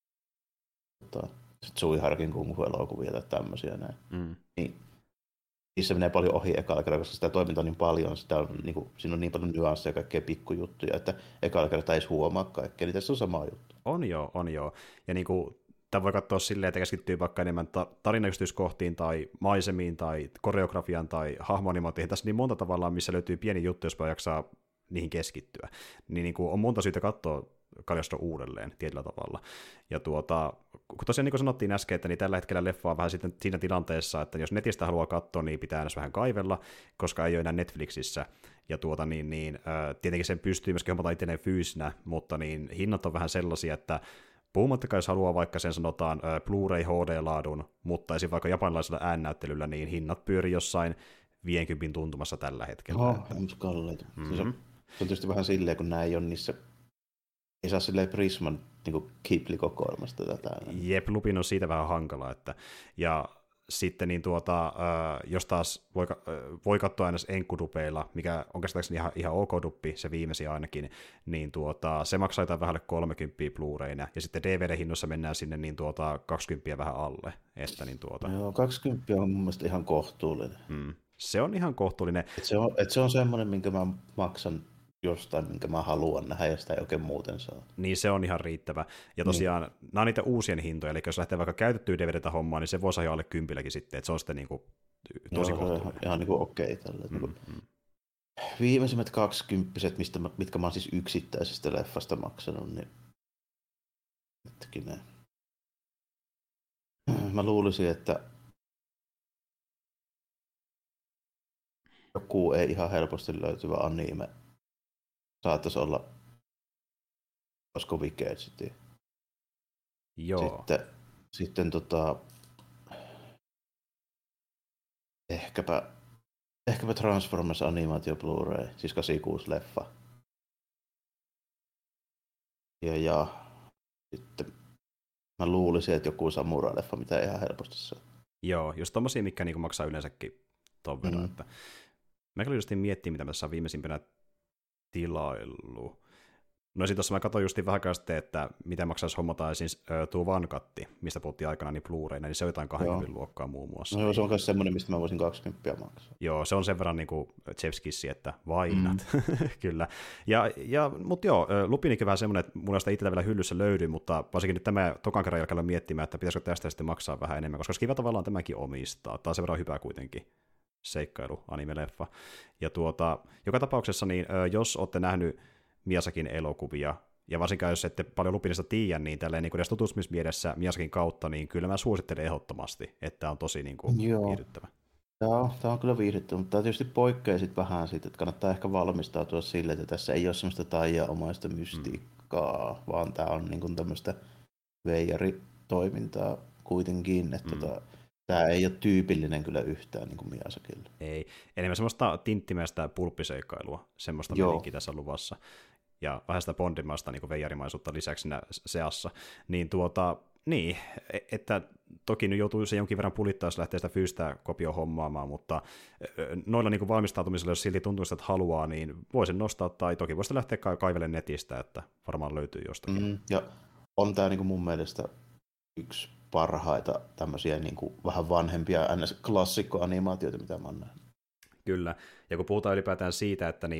Speaker 2: tota, Suiharkin kung fu-elokuvia tai tämmöisiä näin. Mm. Niin, niissä menee paljon ohi ekalla kerralla, koska sitä toimintaa on niin paljon, sitä on, niin kuin, siinä on niin paljon nyansseja ja kaikkea pikkujuttuja, että ekalla kerralla ei edes huomaa kaikkea, niin tässä on sama juttu.
Speaker 1: On joo, on joo. Ja niin kuin, tämä voi katsoa silleen, että keskittyy vaikka enemmän ta- tarinayksityiskohtiin tai maisemiin tai koreografian tai hahmoanimointiin. Tässä on niin monta tavallaan, missä löytyy pieni juttu, jos voi jaksaa niihin keskittyä. Niin, niin kuin on monta syytä katsoa Callisto uudelleen tietyllä tavalla. Ja tuota, kun tosiaan niin kuin sanottiin äsken, että niin tällä hetkellä leffa on vähän sitten siinä tilanteessa, että jos netistä haluaa katsoa, niin pitää aina vähän kaivella, koska ei ole enää Netflixissä. Ja tuota, niin, niin, ää, tietenkin sen pystyy myöskin hommata itselleen fyysinä, mutta niin, hinnat on vähän sellaisia, että puhumattakaan, jos haluaa vaikka sen sanotaan ää, Blu-ray H D-laadun, mutta esim. Vaikka japanilaisella äännäyttelyllä, niin hinnat pyörii jossain viidenkymmenen tuntumassa tällä hetkellä.
Speaker 2: Oho, on kalleita. Mm-hmm. Se on tietysti vähän silleen, kun nämä ei ole niissä, ei saa silleen Prisman niin Ghibli-kokoelmasta tätä.
Speaker 1: Jep, Lupin on siitä vähän hankala, että, ja sitten niin tuota, jos taas voi, voi katsoa aina enkkudupeilla, mikä on käsittääkseni ihan, ihan ok duppi, se viimeisin ainakin, niin tuota, se maksaa jotain vähän kolmekymmentä Blu-rayna, ja sitten D V D-hinnoissa mennään sinne niin tuota, kaksikymmentä vähän alle. Että niin tuota...
Speaker 2: Joo, kaksikymmentä on mun mielestä ihan kohtuullinen.
Speaker 1: Mm. Se on ihan kohtuullinen.
Speaker 2: Et se on, et se on semmoinen, minkä mä maksan jostain, minkä mä haluan nähdä, ja sitä ei oikein muuten saa.
Speaker 1: Niin se on ihan riittävä. Ja tosiaan, niin. Nämä on niitä uusien hintoja, eli jos lähtee vaikka käytettyä D V D:tä hommaan, niin se voi saada alle kympilläkin sitten, että se on sitten niin kuin tosi
Speaker 2: Joo,
Speaker 1: kohtuullinen.
Speaker 2: Ihan, ihan niin kuin okei tällä. Mm-hmm. Viimeisimmät kaksikymppiset, mistä mä, mitkä mä oon siis yksittäisestä leffasta maksanut, niin hetkinen. Mä luulisin, että joku ei ihan helposti löytyvä anime saattaisi olla, olisiko Wicked City.
Speaker 1: Joo.
Speaker 2: Sitten, sitten tota, ehkäpä, ehkäpä Transformers animaatio Blu-ray, siis kahdeksankymmentäkuusi leffa. Ja, ja sitten mä luulisin, että joku samurai-leffa, mitä ihan helposti saa.
Speaker 1: Joo, just tommosia, mikä niinku maksaa yleensäkin ton verran. Mm. Että... Mä kyllä just miettiä, mitä mä tässä on viimeisimpänä tilaillut. No sitten tuossa mä katsoin just vähän sitten, että mitä maksaisi hommata siis äh, tuo vankatti, mistä puhuttiin aikana, niin Blu-rayna, niin se on jotain kaksikymmentä luokkaa muun muassa.
Speaker 2: No se on myös semmoinen, mistä mä voisin kaksikymmentä maksaa.
Speaker 1: Joo, se on sen verran niin kuin Chef's Kissi, että vainat, mm. kyllä. Ja, ja, mutta joo, Lupinikin vähän semmoinen, että mulla sitä itsellä vielä hyllyssä löytyy, mutta varsinkin nyt tämä tokan kerran jälkeen miettimään, että pitäisikö tästä sitten maksaa vähän enemmän, koska kiva tavallaan tämäkin omistaa. Tämä on sen verran hyvä kuitenkin seikkailu, anime-leffa. Ja tuota, joka tapauksessa, niin jos olette nähnyt Miyazakin elokuvia, ja varsinkaan jos ette paljon Lupinista tiedä, niin tälleen niin edes tutustumismielessä Miyazakin kautta, niin kyllä mä suosittelen ehdottomasti, että tämä on tosi niin kuin, viihdyttävä.
Speaker 2: Joo, tämä on kyllä viihdyttävä, mutta tämä tietysti poikkeaa sitten vähän siitä, että kannattaa ehkä valmistautua sille, että tässä ei ole semmoista taianomaista mystiikkaa, mm. vaan tämä on niin kuin tämmöistä veijaritoimintaa kuitenkin, että mm. tota, tämä ei ole tyypillinen kyllä yhtään niin kuin Miyazakille.
Speaker 1: Ei, enemmän semmoista tinttimäistä pulppiseikkailua, semmoista meininkiä tässä on luvassa. Ja vähän sitä bondimaista niin kuin veijarimaisuutta lisäksi siinä seassa. Niin tuota, niin, että toki nyt joutuu se jonkin verran pulittaa, jos lähtee sitä fyysistä kopioa hommaamaan, mutta noilla niin kuin valmistautumisilla, jos silti tuntuu, että haluaa, niin voi sen nostaa, tai toki voisi lähteä kaivelemaan netistä, että varmaan löytyy jostakin. Mm,
Speaker 2: ja on tämä niin kuin mun mielestä yksi parhaita tämmöisiä niin kuin vähän vanhempia ns. Klassikkoanimaatioita, mitä mä oon nähnyt.
Speaker 1: Kyllä, ja kun puhutaan ylipäätään siitä, että niin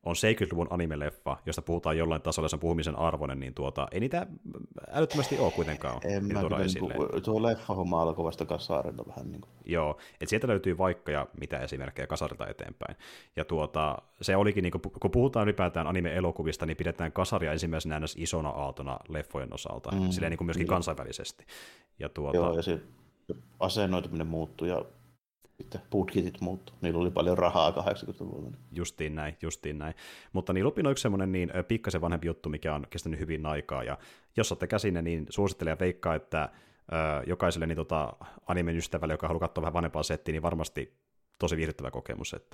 Speaker 1: on seitsemänkymmentäluvun anime-leffa, josta puhutaan jollain tasolla, sen puhumisen arvoinen, niin tuota, ei niitä älyttömästi ole kuitenkaan.
Speaker 2: En mä kyllä, niin tuo leffahomma alkoi vasta kasarilta vähän niin kuin.
Speaker 1: Joo, että sieltä löytyy vaikka ja mitä esimerkkejä kasarilta eteenpäin. Ja tuota, se olikin, niin kuin, kun puhutaan ylipäätään anime-elokuvista, niin pidetään kasaria ensimmäisenä ennäs isona aaltona leffojen osalta, mm, silleen niin kuin myöskin niin. kansainvälisesti. Ja tuota...
Speaker 2: Joo, ja se asennoituminen muuttui ja sitten budjetit muuttu. Niillä oli paljon rahaa kahdeksankymmentäluvulla.
Speaker 1: Justiin näin, justiin näin. Mutta niin Lupin on yksi semmoinen niin pikkasen vanhempi juttu, mikä on kestänyt hyvin aikaa. Ja jos olette käsinne, niin suosittelen ja veikkaa, että ö, jokaiselle niin tota, animen ystävälle, joka haluaa katsoa vähän vanhempaa settiä, niin varmasti tosi viihdyttävä kokemus. Että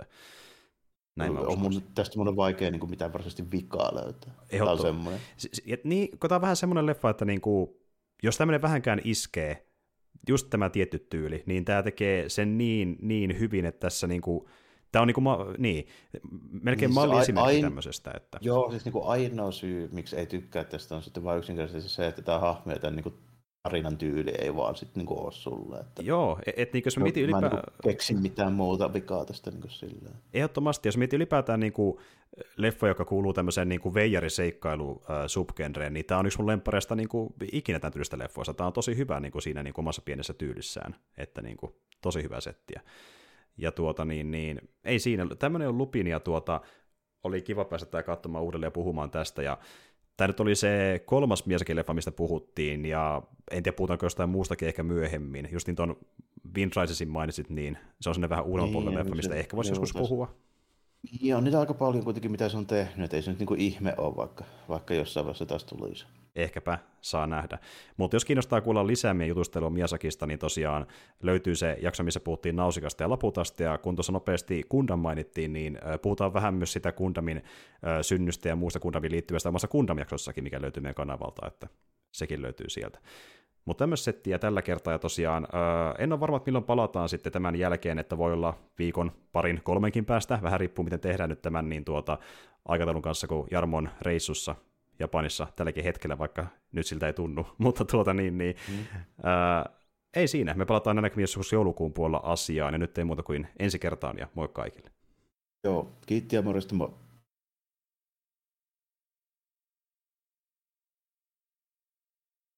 Speaker 1: näin
Speaker 2: on mun, tästä mun on vaikea niin kuin mitään varsinaisesti vikaa löytää. Tämä on semmoinen.
Speaker 1: Niin, kun tämä on vähän semmoinen leffa, että niin kuin, jos tämmöinen vähänkään iskee, just tämä tietty tyyli, niin tämä tekee sen niin, niin hyvin, että tässä niinku, tämä on niinku, ma, niin, melkein niin, malliesimerkki ain... tämmöisestä. Että...
Speaker 2: Joo, siis niinku ainoa syy, miksi ei tykkää tästä, on sitten vain yksinkertaisesti se, että tämä hahmo ja tämän niinku tarinan tyyli ei vaan sitten niinku ole sulle. Että...
Speaker 1: Joo, että et, niinku, jos no, mietin ylipäätään...
Speaker 2: Mä en niinku keksin mitään muuta vikaa tästä niinku silleen.
Speaker 1: Ehdottomasti, jos mietin ylipäätään niinku leffa, joka kuuluu tämmöiseen niinku veijariseikkailu-subgenreen, niin tämä on yksi mun lemppareista niinku ikinä tämän tyylistä leffoista. Tämä on tosi hyvä niinku siinä niinku omassa pienessä tyylissään, että niinku, tosi hyvä settiä. Ja tuota niin, niin ei siinä, tämmöinen on Lupin ja tuota, oli kiva päästä tää katsomaan uudelleen ja puhumaan tästä, ja tämä nyt oli se kolmas Miyazakin-leffa, mistä puhuttiin, ja en tiedä, puhutaanko jostain muustakin ehkä myöhemmin. Just niin tuon Wind Risesin mainitsit, niin se on sellainen vähän uudemman puolella leffa, mistä se, ehkä voisi joskus tässä puhua.
Speaker 2: Joo, niitä aika paljon kuitenkin, mitä se on tehnyt, ei se nyt niin kuin ihme ole, vaikka, vaikka jossain vaiheessa taas tulisi.
Speaker 1: Ehkäpä, saa nähdä. Mutta jos kiinnostaa kuulla lisää meidän jutustelua Miyazakista, niin tosiaan löytyy se jakso, missä puhuttiin Nausikasta ja Laputasta, ja kun tuossa nopeasti Gundam mainittiin, niin puhutaan vähän myös sitä Gundamin synnystä ja muusta Gundamiin liittyvästä omassa Gundam-jaksossakin, mikä löytyy meidän kanavalta, että sekin löytyy sieltä. Mutta tämmöistä settiä tällä kertaa, ja tosiaan ää, en ole varma, että milloin palataan sitten tämän jälkeen, että voi olla viikon, parin, kolmenkin päästä, vähän riippuu miten tehdään nyt tämän niin tuota, aikataulun kanssa, kun Jarmo on reissussa Japanissa tälläkin hetkellä, vaikka nyt siltä ei tunnu, mutta tuota niin, niin mm. ää, ei siinä, me palataan ainakin joskus joulukuun puolella asiaan, ja nyt ei muuta kuin ensi kertaan, ja moi kaikille.
Speaker 2: Joo, kiitti ja morjesta, moi.